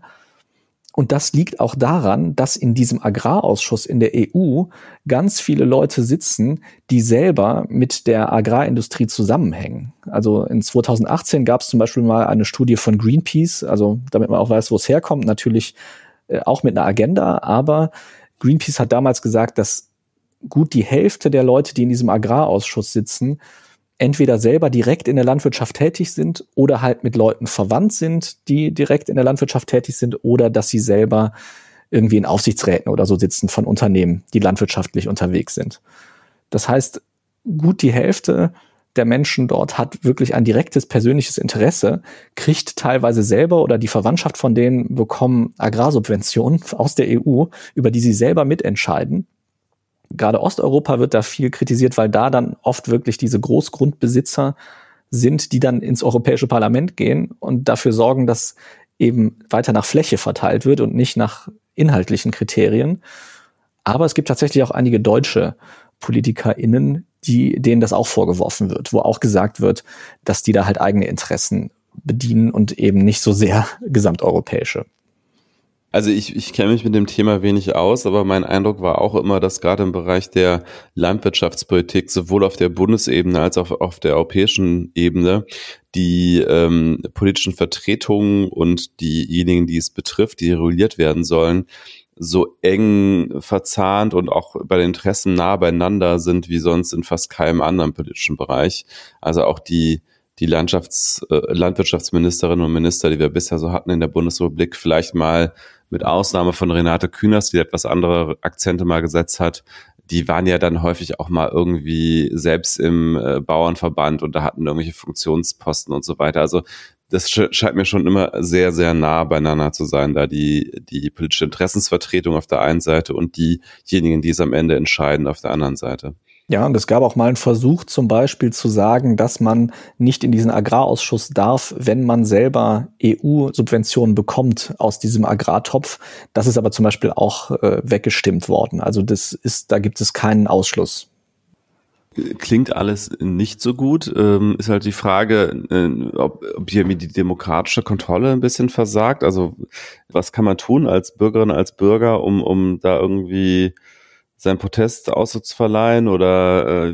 Und das liegt auch daran, dass in diesem Agrarausschuss in der EU ganz viele Leute sitzen, die selber mit der Agrarindustrie zusammenhängen. Also in 2018 gab es zum Beispiel mal eine Studie von Greenpeace, also damit man auch weiß, wo es herkommt, natürlich auch mit einer Agenda. Aber Greenpeace hat damals gesagt, dass gut die Hälfte der Leute, die in diesem Agrarausschuss sitzen, entweder selber direkt in der Landwirtschaft tätig sind oder halt mit Leuten verwandt sind, die direkt in der Landwirtschaft tätig sind oder dass sie selber irgendwie in Aufsichtsräten oder so sitzen von Unternehmen, die landwirtschaftlich unterwegs sind. Das heißt, gut die Hälfte der Menschen dort hat wirklich ein direktes persönliches Interesse, kriegt teilweise selber oder die Verwandtschaft von denen bekommen Agrarsubventionen aus der EU, über die sie selber mitentscheiden. Gerade Osteuropa wird da viel kritisiert, weil da dann oft wirklich diese Großgrundbesitzer sind, die dann ins Europäische Parlament gehen und dafür sorgen, dass eben weiter nach Fläche verteilt wird und nicht nach inhaltlichen Kriterien. Aber es gibt tatsächlich auch einige deutsche PolitikerInnen, denen das auch vorgeworfen wird, wo auch gesagt wird, dass die da halt eigene Interessen bedienen und eben nicht so sehr gesamteuropäische. Also ich kenne mich mit dem Thema wenig aus, aber mein Eindruck war auch immer, dass gerade im Bereich der Landwirtschaftspolitik sowohl auf der Bundesebene als auch auf der europäischen Ebene die politischen Vertretungen und diejenigen, die es betrifft, die reguliert werden sollen, so eng verzahnt und auch bei den Interessen nah beieinander sind wie sonst in fast keinem anderen politischen Bereich. Also auch die Landwirtschaftsministerinnen und Minister, die wir bisher so hatten in der Bundesrepublik, vielleicht mal mit Ausnahme von Renate Künast, die etwas andere Akzente mal gesetzt hat, die waren ja dann häufig auch mal irgendwie selbst im Bauernverband und da hatten irgendwelche Funktionsposten und so weiter. Also das scheint mir schon immer sehr, sehr nah beieinander zu sein, da die politische Interessensvertretung auf der einen Seite und diejenigen, die es am Ende entscheiden, auf der anderen Seite. Ja, und es gab auch mal einen Versuch zum Beispiel zu sagen, dass man nicht in diesen Agrarausschuss darf, wenn man selber EU-Subventionen bekommt aus diesem Agrartopf. Das ist aber zum Beispiel auch weggestimmt worden. Also da gibt es keinen Ausschluss. Klingt alles nicht so gut. Ist halt die Frage, ob hier die demokratische Kontrolle ein bisschen versagt. Also was kann man tun als Bürgerin, als Bürger, um da irgendwie seinen Protest Ausdruck zu verleihen oder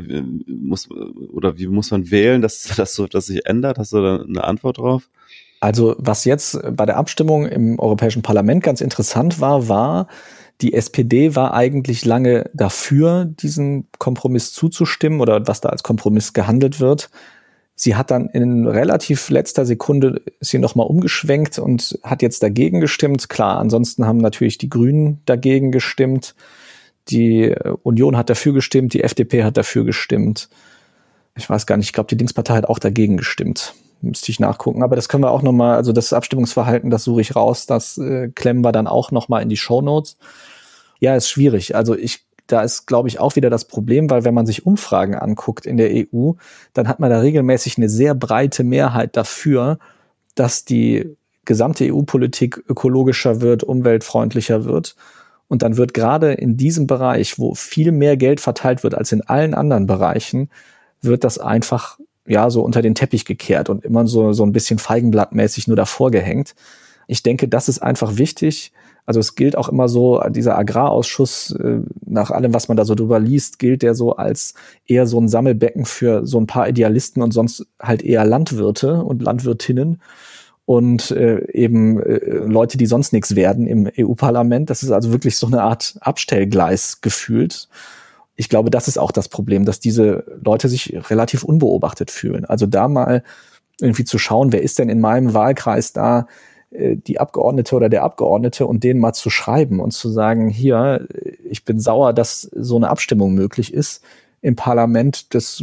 wie muss man wählen, dass sich ändert? Hast du da eine Antwort drauf? Also was jetzt bei der Abstimmung im Europäischen Parlament ganz interessant war, die SPD war eigentlich lange dafür, diesen Kompromiss zuzustimmen oder was da als Kompromiss gehandelt wird. Sie hat dann in relativ letzter Sekunde ist sie nochmal umgeschwenkt und hat jetzt dagegen gestimmt. Klar, ansonsten haben natürlich die Grünen dagegen gestimmt. Die Union hat dafür gestimmt, die FDP hat dafür gestimmt. Ich weiß gar nicht, ich glaube, die Linkspartei hat auch dagegen gestimmt. Müsste ich nachgucken. Aber das können wir auch nochmal, also das Abstimmungsverhalten, das suche ich raus, das klemmen wir dann auch nochmal in die Shownotes. Ja, ist schwierig. Also da ist, glaube ich, auch wieder das Problem, weil wenn man sich Umfragen anguckt in der EU, dann hat man da regelmäßig eine sehr breite Mehrheit dafür, dass die gesamte EU-Politik ökologischer wird, umweltfreundlicher wird. Und dann wird gerade in diesem Bereich, wo viel mehr Geld verteilt wird als in allen anderen Bereichen, wird das einfach ja so unter den Teppich gekehrt und immer so ein bisschen feigenblattmäßig nur davor gehängt. Ich denke, das ist einfach wichtig. Also es gilt auch immer so, dieser Agrarausschuss, nach allem, was man da so drüber liest, gilt der so als eher so ein Sammelbecken für so ein paar Idealisten und sonst halt eher Landwirte und Landwirtinnen und eben Leute, die sonst nichts werden im EU-Parlament. Das ist also wirklich so eine Art Abstellgleis gefühlt. Ich glaube, das ist auch das Problem, dass diese Leute sich relativ unbeobachtet fühlen. Also da mal irgendwie zu schauen, wer ist denn in meinem Wahlkreis da, die Abgeordnete oder der Abgeordnete, und denen mal zu schreiben und zu sagen, hier, ich bin sauer, dass so eine Abstimmung möglich ist im Parlament, das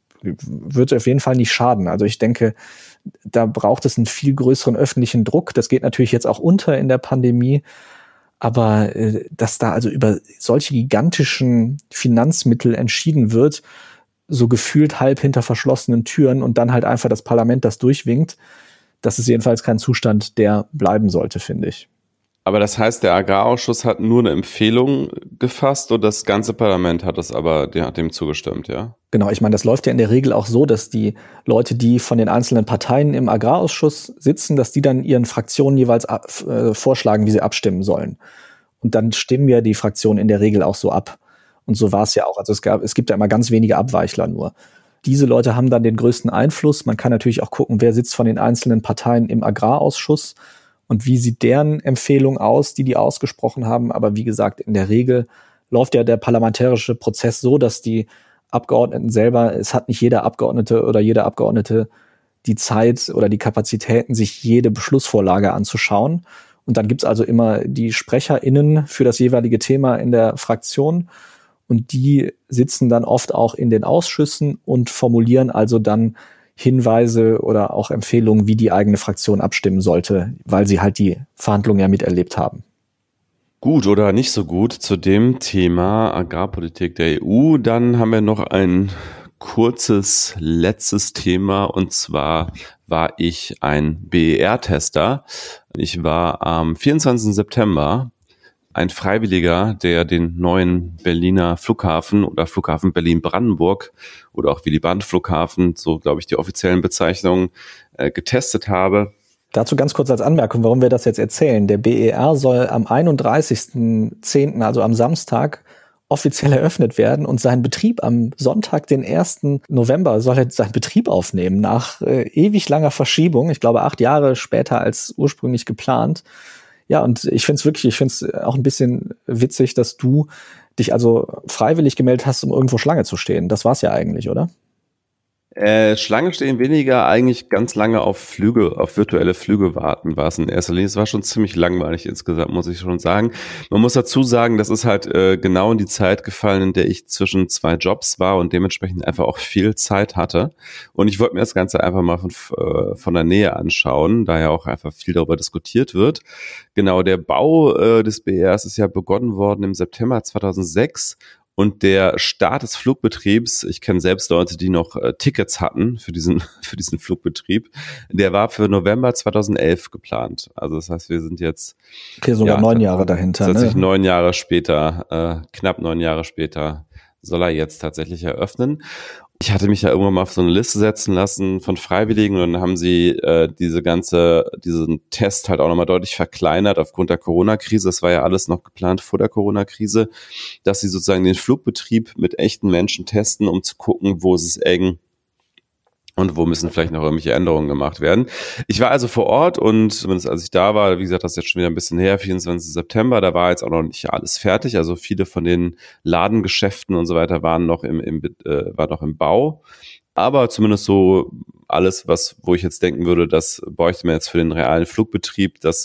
wird auf jeden Fall nicht schaden. Also ich denke, da braucht es einen viel größeren öffentlichen Druck. Das geht natürlich jetzt auch unter in der Pandemie, aber dass da also über solche gigantischen Finanzmittel entschieden wird, so gefühlt halb hinter verschlossenen Türen und dann halt einfach das Parlament das durchwinkt, das ist jedenfalls kein Zustand, der bleiben sollte, finde ich. Aber das heißt, der Agrarausschuss hat nur eine Empfehlung gefasst und das ganze Parlament hat dem zugestimmt, ja? Genau, ich meine, das läuft ja in der Regel auch so, dass die Leute, die von den einzelnen Parteien im Agrarausschuss sitzen, dass die dann ihren Fraktionen jeweils vorschlagen, wie sie abstimmen sollen. Und dann stimmen ja die Fraktionen in der Regel auch so ab. Und so war es ja auch. Also es gibt ja immer ganz wenige Abweichler nur. Diese Leute haben dann den größten Einfluss. Man kann natürlich auch gucken, wer sitzt von den einzelnen Parteien im Agrarausschuss und wie sieht deren Empfehlung aus, die ausgesprochen haben. Aber wie gesagt, in der Regel läuft ja der parlamentarische Prozess so, dass die Abgeordneten selber, es hat nicht jeder Abgeordnete oder jede Abgeordnete die Zeit oder die Kapazitäten, sich jede Beschlussvorlage anzuschauen. Und dann gibt's also immer die SprecherInnen für das jeweilige Thema in der Fraktion. Und die sitzen dann oft auch in den Ausschüssen und formulieren also dann Hinweise oder auch Empfehlungen, wie die eigene Fraktion abstimmen sollte, weil sie halt die Verhandlungen ja miterlebt haben. Gut oder nicht so gut zu dem Thema Agrarpolitik der EU. Dann haben wir noch ein kurzes letztes Thema, und zwar war ich ein BER-Tester. Ich war am 24. September ein Freiwilliger, der den neuen Berliner Flughafen oder Flughafen Berlin-Brandenburg oder auch Willy-Brandt-Flughafen, so glaube ich die offiziellen Bezeichnungen, getestet habe. Dazu ganz kurz als Anmerkung, warum wir das jetzt erzählen. Der BER soll am 31.10., also am Samstag, offiziell eröffnet werden und seinen Betrieb am Sonntag, den 1. November, soll er seinen Betrieb aufnehmen, nach ewig langer Verschiebung. Ich glaube 8 Jahre später als ursprünglich geplant. Ja, und ich finde es auch ein bisschen witzig, dass du dich also freiwillig gemeldet hast, um irgendwo Schlange zu stehen. Das war's ja eigentlich, oder? Schlange stehen weniger, eigentlich ganz lange auf virtuelle Flüge warten war es in erster Linie. Es war schon ziemlich langweilig insgesamt, muss ich schon sagen. Man muss dazu sagen, das ist halt genau in die Zeit gefallen, in der ich zwischen 2 Jobs war und dementsprechend einfach auch viel Zeit hatte. Und ich wollte mir das Ganze einfach mal von der Nähe anschauen, da ja auch einfach viel darüber diskutiert wird. Genau, der Bau des BERs ist ja begonnen worden im September 2006. Und der Start des Flugbetriebs, ich kenne selbst Leute, die noch Tickets hatten für diesen Flugbetrieb, der war für November 2011 geplant. Also das heißt, wir sind jetzt sogar 9 Jahre dahinter. Tatsächlich 9 Jahre später, knapp 9 Jahre später soll er jetzt tatsächlich eröffnen. Ich hatte mich ja irgendwann mal auf so eine Liste setzen lassen von Freiwilligen und dann haben sie diesen Test halt auch nochmal deutlich verkleinert aufgrund der Corona-Krise. Das war ja alles noch geplant vor der Corona-Krise, dass sie sozusagen den Flugbetrieb mit echten Menschen testen, um zu gucken, wo ist es eng und wo müssen vielleicht noch irgendwelche Änderungen gemacht werden. Ich war also vor Ort und zumindest als ich da war, wie gesagt, das ist jetzt schon wieder ein bisschen her, 24. September, da war jetzt auch noch nicht alles fertig. Also viele von den Ladengeschäften und so weiter waren noch im Bau. Aber zumindest so alles, wo ich jetzt denken würde, das bräuchte man jetzt für den realen Flugbetrieb, das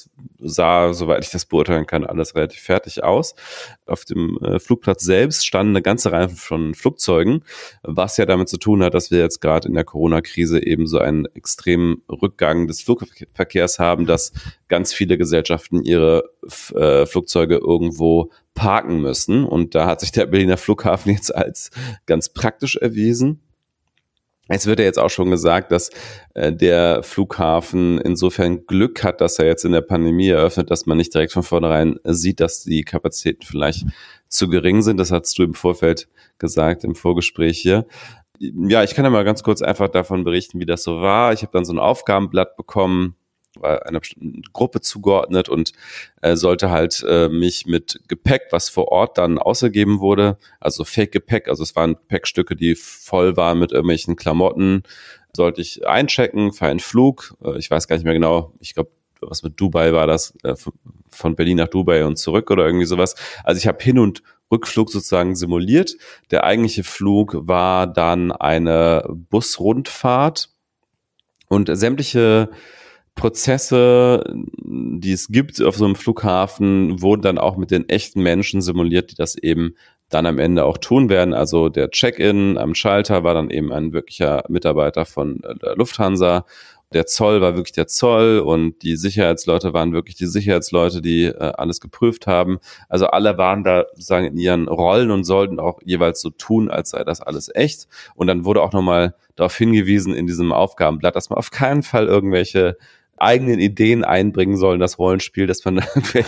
sah, soweit ich das beurteilen kann, alles relativ fertig aus. Auf dem Flugplatz selbst standen eine ganze Reihe von Flugzeugen, was ja damit zu tun hat, dass wir jetzt gerade in der Corona-Krise eben so einen extremen Rückgang des Flugverkehrs haben, dass ganz viele Gesellschaften ihre Flugzeuge irgendwo parken müssen. Und da hat sich der Berliner Flughafen jetzt als ganz praktisch erwiesen. Es wird ja jetzt auch schon gesagt, dass der Flughafen insofern Glück hat, dass er jetzt in der Pandemie eröffnet, dass man nicht direkt von vornherein sieht, dass die Kapazitäten vielleicht zu gering sind. Das hast du im Vorfeld gesagt, im Vorgespräch hier. Ja, ich kann ja mal ganz kurz einfach davon berichten, wie das so war. Ich habe dann so ein Aufgabenblatt bekommen, war einer bestimmten Gruppe zugeordnet und sollte halt mich mit Gepäck, was vor Ort dann ausgegeben wurde, also Fake-Gepäck, also es waren Gepäckstücke, die voll waren mit irgendwelchen Klamotten, sollte ich einchecken für einen Flug. Ich weiß gar nicht mehr genau, ich glaube, was mit Dubai war das, von Berlin nach Dubai und zurück oder irgendwie sowas. Also ich habe Hin- und Rückflug sozusagen simuliert. Der eigentliche Flug war dann eine Busrundfahrt und sämtliche Prozesse, die es gibt auf so einem Flughafen, wurden dann auch mit den echten Menschen simuliert, die das eben dann am Ende auch tun werden. Also der Check-in am Schalter war dann eben ein wirklicher Mitarbeiter von der Lufthansa. Der Zoll war wirklich der Zoll und die Sicherheitsleute waren wirklich die Sicherheitsleute, die alles geprüft haben. Also alle waren da sozusagen in ihren Rollen und sollten auch jeweils so tun, als sei das alles echt. Und dann wurde auch nochmal darauf hingewiesen in diesem Aufgabenblatt, dass man auf keinen Fall irgendwelche eigenen Ideen einbringen sollen, das Rollenspiel, dass man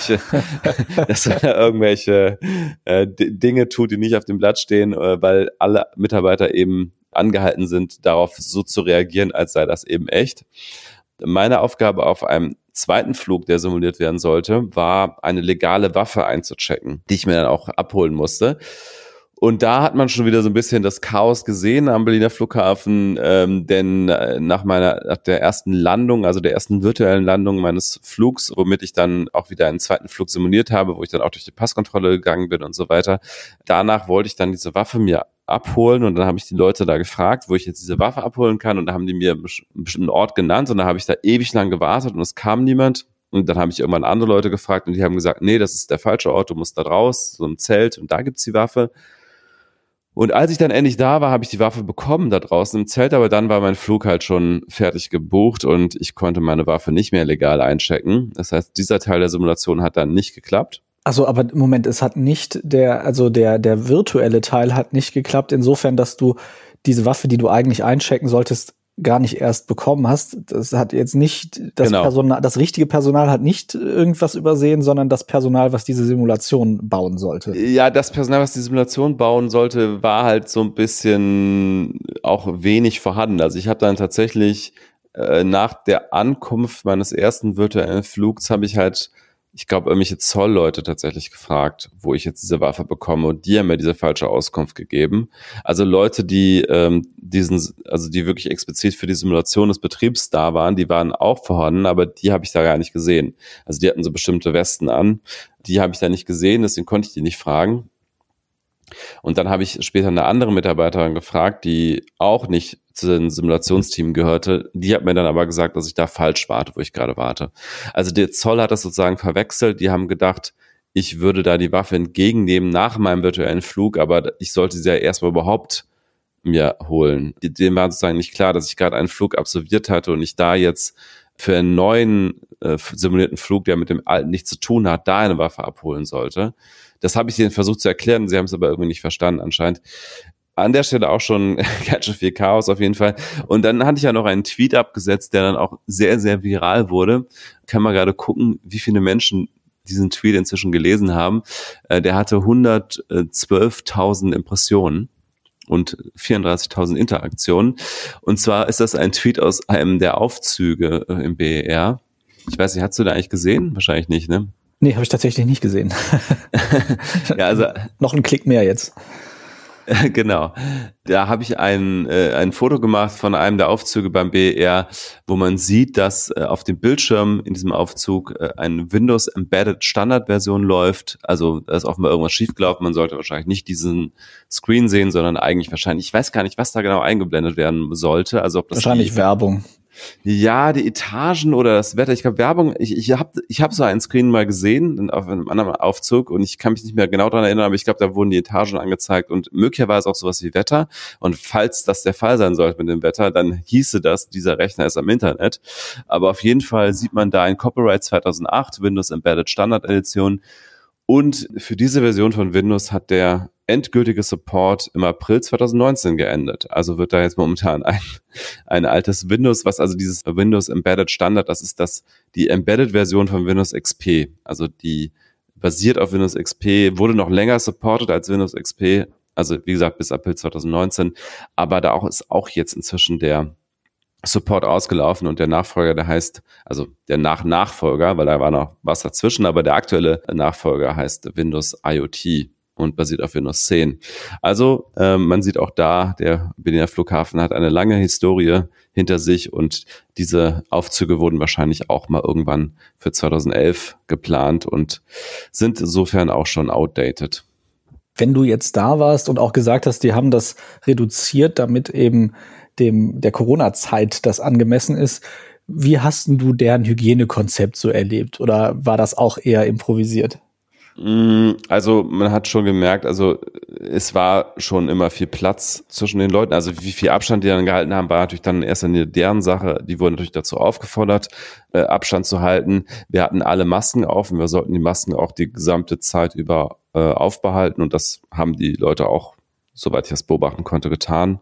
da irgendwelche Dinge tut, die nicht auf dem Blatt stehen, weil alle Mitarbeiter eben angehalten sind, darauf so zu reagieren, als sei das eben echt. Meine Aufgabe auf einem zweiten Flug, der simuliert werden sollte, war, eine legale Waffe einzuchecken, die ich mir dann auch abholen musste. Und da hat man schon wieder so ein bisschen das Chaos gesehen am Berliner Flughafen, denn nach der ersten Landung, also der ersten virtuellen Landung meines Flugs, womit ich dann auch wieder einen zweiten Flug simuliert habe, wo ich dann auch durch die Passkontrolle gegangen bin und so weiter. Danach wollte ich dann diese Waffe mir abholen und dann habe ich die Leute da gefragt, wo ich jetzt diese Waffe abholen kann und da haben die mir einen bestimmten Ort genannt und da habe ich da ewig lang gewartet und es kam niemand. Und dann habe ich irgendwann andere Leute gefragt und die haben gesagt, nee, das ist der falsche Ort, du musst da raus, so ein Zelt und da gibt's die Waffe. Und als ich dann endlich da war, habe ich die Waffe bekommen da draußen im Zelt, aber dann war mein Flug halt schon fertig gebucht und ich konnte meine Waffe nicht mehr legal einchecken. Das heißt, dieser Teil der Simulation hat dann nicht geklappt. Also, aber Moment, es hat nicht der virtuelle Teil hat nicht geklappt, insofern, dass du diese Waffe, die du eigentlich einchecken solltest, gar nicht erst bekommen hast. Das hat jetzt nicht Personal, das richtige Personal hat nicht irgendwas übersehen, sondern das Personal, was diese Simulation bauen sollte. Ja, das Personal, was die Simulation bauen sollte, war halt so ein bisschen auch wenig vorhanden. Also ich habe dann tatsächlich nach der Ankunft meines ersten virtuellen Flugs habe ich halt, ich glaube, irgendwelche Zollleute tatsächlich gefragt, wo ich jetzt diese Waffe bekomme und die haben mir diese falsche Auskunft gegeben. Also Leute, die die wirklich explizit für die Simulation des Betriebs da waren, die waren auch vorhanden, aber die habe ich da gar nicht gesehen. Also die hatten so bestimmte Westen an, die habe ich da nicht gesehen, deswegen konnte ich die nicht fragen. Und dann habe ich später eine andere Mitarbeiterin gefragt, die auch nicht zu dem Simulationsteam gehörte. Die hat mir dann aber gesagt, dass ich da falsch warte, wo ich gerade warte. Also der Zoll hat das sozusagen verwechselt. Die haben gedacht, ich würde da die Waffe entgegennehmen nach meinem virtuellen Flug, aber ich sollte sie ja erstmal überhaupt mir holen. Denen war sozusagen nicht klar, dass ich gerade einen Flug absolviert hatte und ich da jetzt für einen neuen simulierten Flug, der mit dem alten nichts zu tun hat, da eine Waffe abholen sollte. Das habe ich denen versucht zu erklären, sie haben es aber irgendwie nicht verstanden anscheinend. An der Stelle auch schon ganz schön viel Chaos auf jeden Fall. Und dann hatte ich ja noch einen Tweet abgesetzt, der dann auch sehr, sehr viral wurde. Kann man gerade gucken, wie viele Menschen diesen Tweet inzwischen gelesen haben. Der hatte 112.000 Impressionen und 34.000 Interaktionen. Und zwar ist das ein Tweet aus einem der Aufzüge im BER. Ich weiß nicht, hast du da eigentlich gesehen? Wahrscheinlich nicht, ne? Nee, habe ich tatsächlich nicht gesehen. Ja, also noch ein Klick mehr jetzt. Genau. Da habe ich ein Foto gemacht von einem der Aufzüge beim BER, wo man sieht, dass auf dem Bildschirm in diesem Aufzug eine Windows Embedded Standard-Version läuft. Also da ist offenbar irgendwas schiefgelaufen. Man sollte wahrscheinlich nicht diesen Screen sehen, sondern eigentlich wahrscheinlich, ich weiß gar nicht, was da genau eingeblendet werden sollte. Also ob das wahrscheinlich Werbung. Ja, die Etagen oder das Wetter. Ich glaube, Werbung, ich hab so einen Screen mal gesehen auf einem anderen Aufzug und ich kann mich nicht mehr genau daran erinnern, aber ich glaube, da wurden die Etagen angezeigt und möglicherweise auch sowas wie Wetter. Und falls das der Fall sein sollte mit dem Wetter, dann hieße das, dieser Rechner ist am Internet. Aber auf jeden Fall sieht man da ein Copyright 2008, Windows Embedded Standard Edition. Und für diese Version von Windows hat der endgültige Support im April 2019 geendet. Also wird da jetzt momentan ein altes Windows, was also dieses Windows Embedded Standard, das ist die Embedded-Version von Windows XP. Also die basiert auf Windows XP, wurde noch länger supported als Windows XP. Also wie gesagt bis April 2019. Aber da ist auch jetzt inzwischen der Support ausgelaufen und der Nachfolger, der heißt, also der Nachfolger, weil da war noch was dazwischen, aber der aktuelle Nachfolger heißt Windows IoT und basiert auf Windows 10. Also man sieht auch da, der Berliner Flughafen hat eine lange Historie hinter sich und diese Aufzüge wurden wahrscheinlich auch mal irgendwann für 2011 geplant und sind insofern auch schon outdated. Wenn du jetzt da warst und auch gesagt hast, die haben das reduziert, damit eben der Corona-Zeit das angemessen ist, wie hast du deren Hygienekonzept so erlebt? Oder war das auch eher improvisiert? Also man hat schon gemerkt, also es war schon immer viel Platz zwischen den Leuten. Also wie viel Abstand die dann gehalten haben, war natürlich dann in erster Linie deren Sache. Die wurden natürlich dazu aufgefordert, Abstand zu halten. Wir hatten alle Masken auf und wir sollten die Masken auch die gesamte Zeit über aufbehalten. Und das haben die Leute auch, soweit ich das beobachten konnte, getan.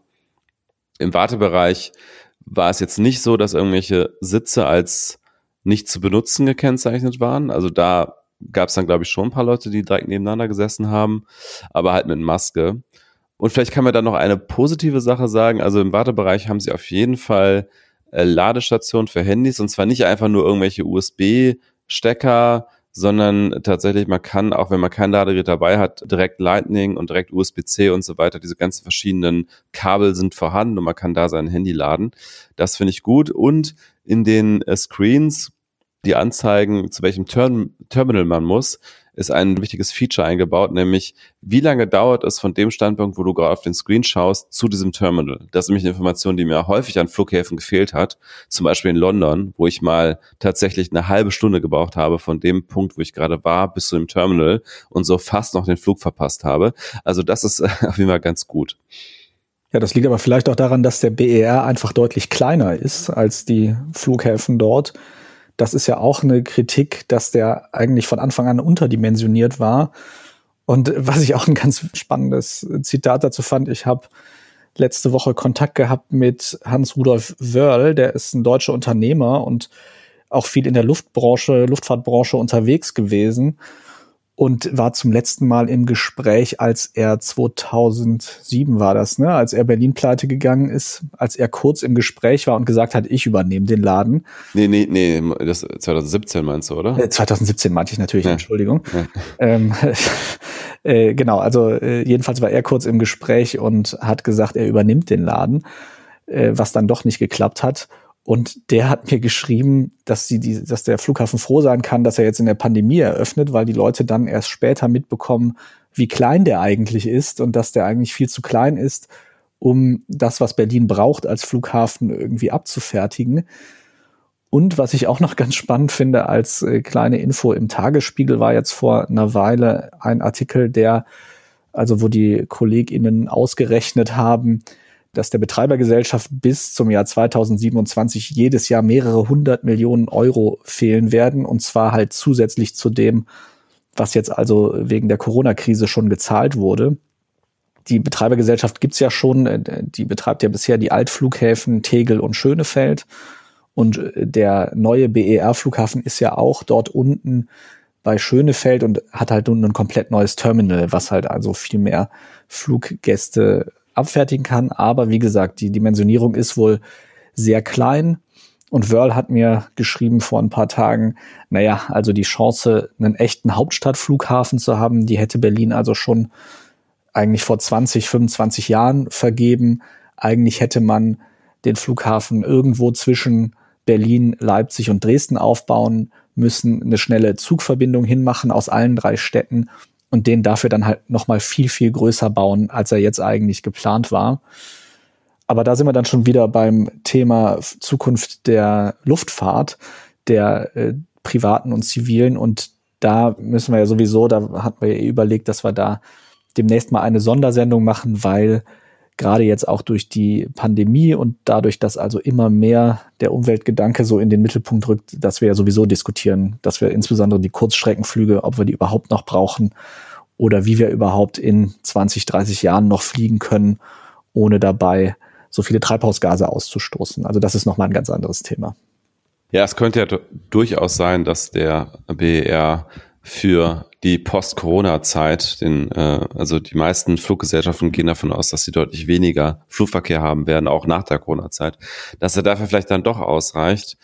Im Wartebereich war es jetzt nicht so, dass irgendwelche Sitze als nicht zu benutzen gekennzeichnet waren. Also da gab es dann, glaube ich, schon ein paar Leute, die direkt nebeneinander gesessen haben, aber halt mit Maske. Und vielleicht kann man da noch eine positive Sache sagen. Also im Wartebereich haben sie auf jeden Fall Ladestationen für Handys und zwar nicht einfach nur irgendwelche USB-Stecker, sondern tatsächlich, man kann, auch wenn man kein Ladegerät dabei hat, direkt Lightning und direkt USB-C und so weiter, diese ganzen verschiedenen Kabel sind vorhanden und man kann da sein Handy laden. Das finde ich gut. Und in den Screens, die anzeigen, zu welchem Terminal man muss, ist ein wichtiges Feature eingebaut, nämlich wie lange dauert es von dem Standpunkt, wo du gerade auf den Screen schaust, zu diesem Terminal. Das ist nämlich eine Information, die mir häufig an Flughäfen gefehlt hat, zum Beispiel in London, wo ich mal tatsächlich eine halbe Stunde gebraucht habe von dem Punkt, wo ich gerade war, bis zu dem Terminal und so fast noch den Flug verpasst habe. Also das ist auf jeden Fall ganz gut. Ja, das liegt aber vielleicht auch daran, dass der BER einfach deutlich kleiner ist als die Flughäfen dort. Das ist ja auch eine Kritik, dass der eigentlich von Anfang an unterdimensioniert war. Und was ich auch ein ganz spannendes Zitat dazu fand, ich habe letzte Woche Kontakt gehabt mit Hans-Rudolf Wörl, der ist ein deutscher Unternehmer und auch viel in der Luftfahrtbranche unterwegs gewesen und war zum letzten Mal im Gespräch, als er 2007 war das, ne, als er Berlin pleite gegangen ist, als er kurz im Gespräch war und gesagt hat, ich übernehme den Laden. Nee, das 2017 meinst du, oder? 2017 meinte ich natürlich, ja. Entschuldigung. Ja. Genau, also jedenfalls war er kurz im Gespräch und hat gesagt, er übernimmt den Laden, was dann doch nicht geklappt hat. Und der hat mir geschrieben, dass der Flughafen froh sein kann, dass er jetzt in der Pandemie eröffnet, weil die Leute dann erst später mitbekommen, wie klein der eigentlich ist und dass der eigentlich viel zu klein ist, um das, was Berlin braucht, als Flughafen irgendwie abzufertigen. Und was ich auch noch ganz spannend finde, als kleine Info im Tagesspiegel war jetzt vor einer Weile ein Artikel, wo die KollegInnen ausgerechnet haben, dass der Betreibergesellschaft bis zum Jahr 2027 jedes Jahr mehrere 100 Millionen Euro fehlen werden. Und zwar halt zusätzlich zu dem, was jetzt also wegen der Corona-Krise schon gezahlt wurde. Die Betreibergesellschaft gibt's ja schon. Die betreibt ja bisher die Altflughäfen Tegel und Schönefeld. Und der neue BER-Flughafen ist ja auch dort unten bei Schönefeld und hat halt nun ein komplett neues Terminal, was halt also viel mehr Fluggäste abfertigen kann, aber wie gesagt, die Dimensionierung ist wohl sehr klein und Wörl hat mir geschrieben vor ein paar Tagen, also die Chance, einen echten Hauptstadtflughafen zu haben, die hätte Berlin also schon eigentlich vor 20, 25 Jahren vergeben. Eigentlich hätte man den Flughafen irgendwo zwischen Berlin, Leipzig und Dresden aufbauen müssen, eine schnelle Zugverbindung hinmachen aus allen 3 Städten und den dafür dann halt noch mal viel, viel größer bauen, als er jetzt eigentlich geplant war. Aber da sind wir dann schon wieder beim Thema Zukunft der Luftfahrt, der privaten und zivilen. Und da müssen wir ja sowieso, da hatten wir ja überlegt, dass wir da demnächst mal eine Sondersendung machen, weil gerade jetzt auch durch die Pandemie und dadurch, dass also immer mehr der Umweltgedanke so in den Mittelpunkt rückt, dass wir ja sowieso diskutieren, dass wir insbesondere die Kurzstreckenflüge, ob wir die überhaupt noch brauchen oder wie wir überhaupt in 20, 30 Jahren noch fliegen können, ohne dabei so viele Treibhausgase auszustoßen. Also das ist nochmal ein ganz anderes Thema. Ja, es könnte ja durchaus sein, dass der BER für die Post-Corona-Zeit, also die meisten Fluggesellschaften gehen davon aus, dass sie deutlich weniger Flugverkehr haben werden, auch nach der Corona-Zeit, dass er dafür vielleicht dann doch ausreicht.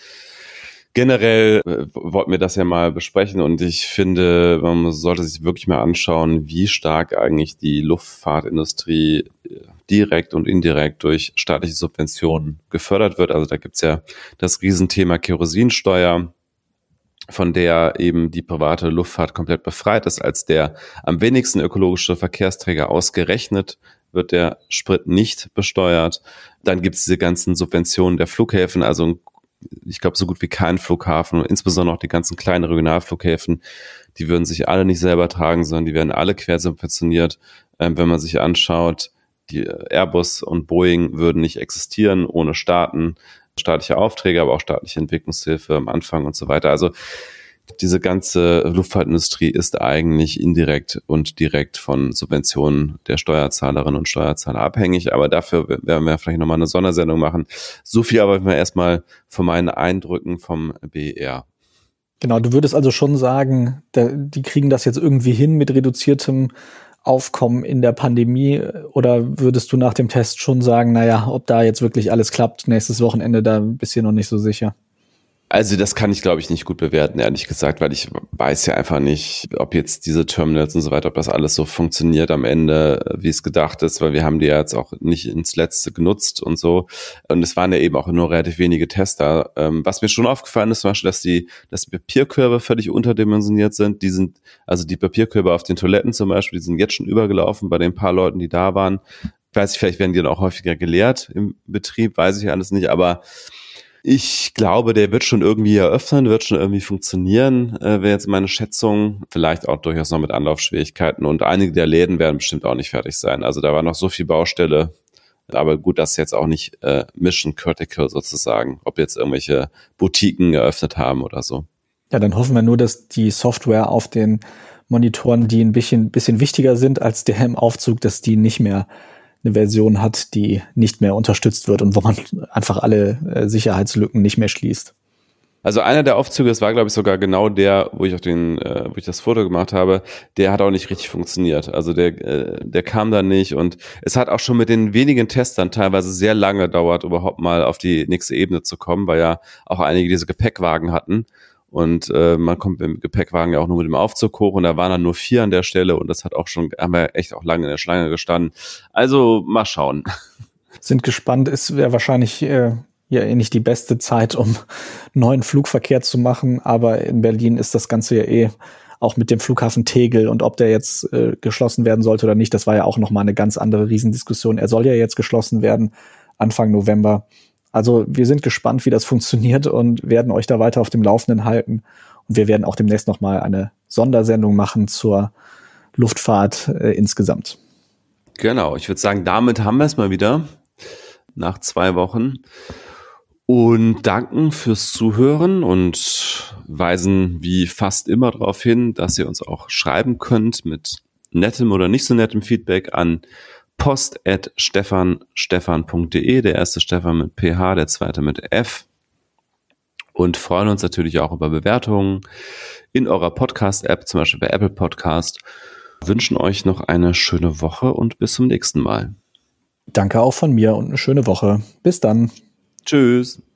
Generell wollten wir das ja mal besprechen und ich finde, man sollte sich wirklich mal anschauen, wie stark eigentlich die Luftfahrtindustrie direkt und indirekt durch staatliche Subventionen gefördert wird. Also da gibt's ja das Riesenthema Kerosinsteuer, von der eben die private Luftfahrt komplett befreit ist. Als der am wenigsten ökologische Verkehrsträger ausgerechnet wird der Sprit nicht besteuert. Dann gibt's diese ganzen Subventionen der Flughäfen, also ich glaube, so gut wie kein Flughafen und insbesondere auch die ganzen kleinen Regionalflughäfen, die würden sich alle nicht selber tragen, sondern die werden alle quersubventioniert. Wenn man sich anschaut, die Airbus und Boeing würden nicht existieren ohne staatliche Aufträge, aber auch staatliche Entwicklungshilfe am Anfang und so weiter. Also diese ganze Luftfahrtindustrie ist eigentlich indirekt und direkt von Subventionen der Steuerzahlerinnen und Steuerzahler abhängig. Aber dafür werden wir vielleicht nochmal eine Sondersendung machen. So viel aber erstmal von meinen Eindrücken vom BER. Genau, du würdest also schon sagen, die kriegen das jetzt irgendwie hin mit reduziertem Aufkommen in der Pandemie, oder würdest du nach dem Test schon sagen, naja, ob da jetzt wirklich alles klappt, nächstes Wochenende, da bist du noch nicht so sicher? Also das kann ich, glaube ich, nicht gut bewerten, ehrlich gesagt, weil ich weiß ja einfach nicht, ob jetzt diese Terminals und so weiter, ob das alles so funktioniert am Ende, wie es gedacht ist, weil wir haben die ja jetzt auch nicht ins Letzte genutzt und so. Und es waren ja eben auch nur relativ wenige Tester. Was mir schon aufgefallen ist, zum Beispiel, dass die Papierkörbe völlig unterdimensioniert sind. Also die Papierkörbe auf den Toiletten zum Beispiel, die sind jetzt schon übergelaufen bei den paar Leuten, die da waren. Ich weiß nicht, vielleicht werden die dann auch häufiger geleert im Betrieb, weiß ich alles nicht, aber ich glaube, der wird schon irgendwie eröffnen, wird schon irgendwie funktionieren, wäre jetzt meine Schätzung. Vielleicht auch durchaus noch mit Anlaufschwierigkeiten und einige der Läden werden bestimmt auch nicht fertig sein. Also da war noch so viel Baustelle, aber gut, das ist jetzt auch nicht mission critical sozusagen, ob jetzt irgendwelche Boutiquen eröffnet haben oder so. Ja, dann hoffen wir nur, dass die Software auf den Monitoren, die ein bisschen wichtiger sind als der im Aufzug, dass die nicht mehr eine Version hat, die nicht mehr unterstützt wird und wo man einfach alle Sicherheitslücken nicht mehr schließt. Also einer der Aufzüge, das war glaube ich sogar genau der, wo ich das Foto gemacht habe, der hat auch nicht richtig funktioniert. Also der kam dann nicht und es hat auch schon mit den wenigen Testern teilweise sehr lange gedauert, überhaupt mal auf die nächste Ebene zu kommen, weil ja auch einige diese Gepäckwagen hatten. Und man kommt im Gepäckwagen ja auch nur mit dem Aufzug hoch und da waren dann nur 4 an der Stelle und das haben wir echt auch lange in der Schlange gestanden. Also mal schauen. Sind gespannt, es wäre wahrscheinlich nicht die beste Zeit, um neuen Flugverkehr zu machen, aber in Berlin ist das Ganze ja auch mit dem Flughafen Tegel und ob der jetzt geschlossen werden sollte oder nicht, das war ja auch nochmal eine ganz andere Riesendiskussion. Er soll ja jetzt geschlossen werden, Anfang November. Also wir sind gespannt, wie das funktioniert und werden euch da weiter auf dem Laufenden halten. Und wir werden auch demnächst nochmal eine Sondersendung machen zur Luftfahrt insgesamt. Genau, ich würde sagen, damit haben wir es mal wieder nach 2 Wochen. Und danken fürs Zuhören und weisen wie fast immer darauf hin, dass ihr uns auch schreiben könnt mit nettem oder nicht so nettem Feedback an post@stefan.de, der erste Stefan mit PH, der zweite mit F. Und freuen uns natürlich auch über Bewertungen in eurer Podcast-App, zum Beispiel bei Apple Podcast. Wünschen euch noch eine schöne Woche und bis zum nächsten Mal. Danke auch von mir und eine schöne Woche. Bis dann. Tschüss.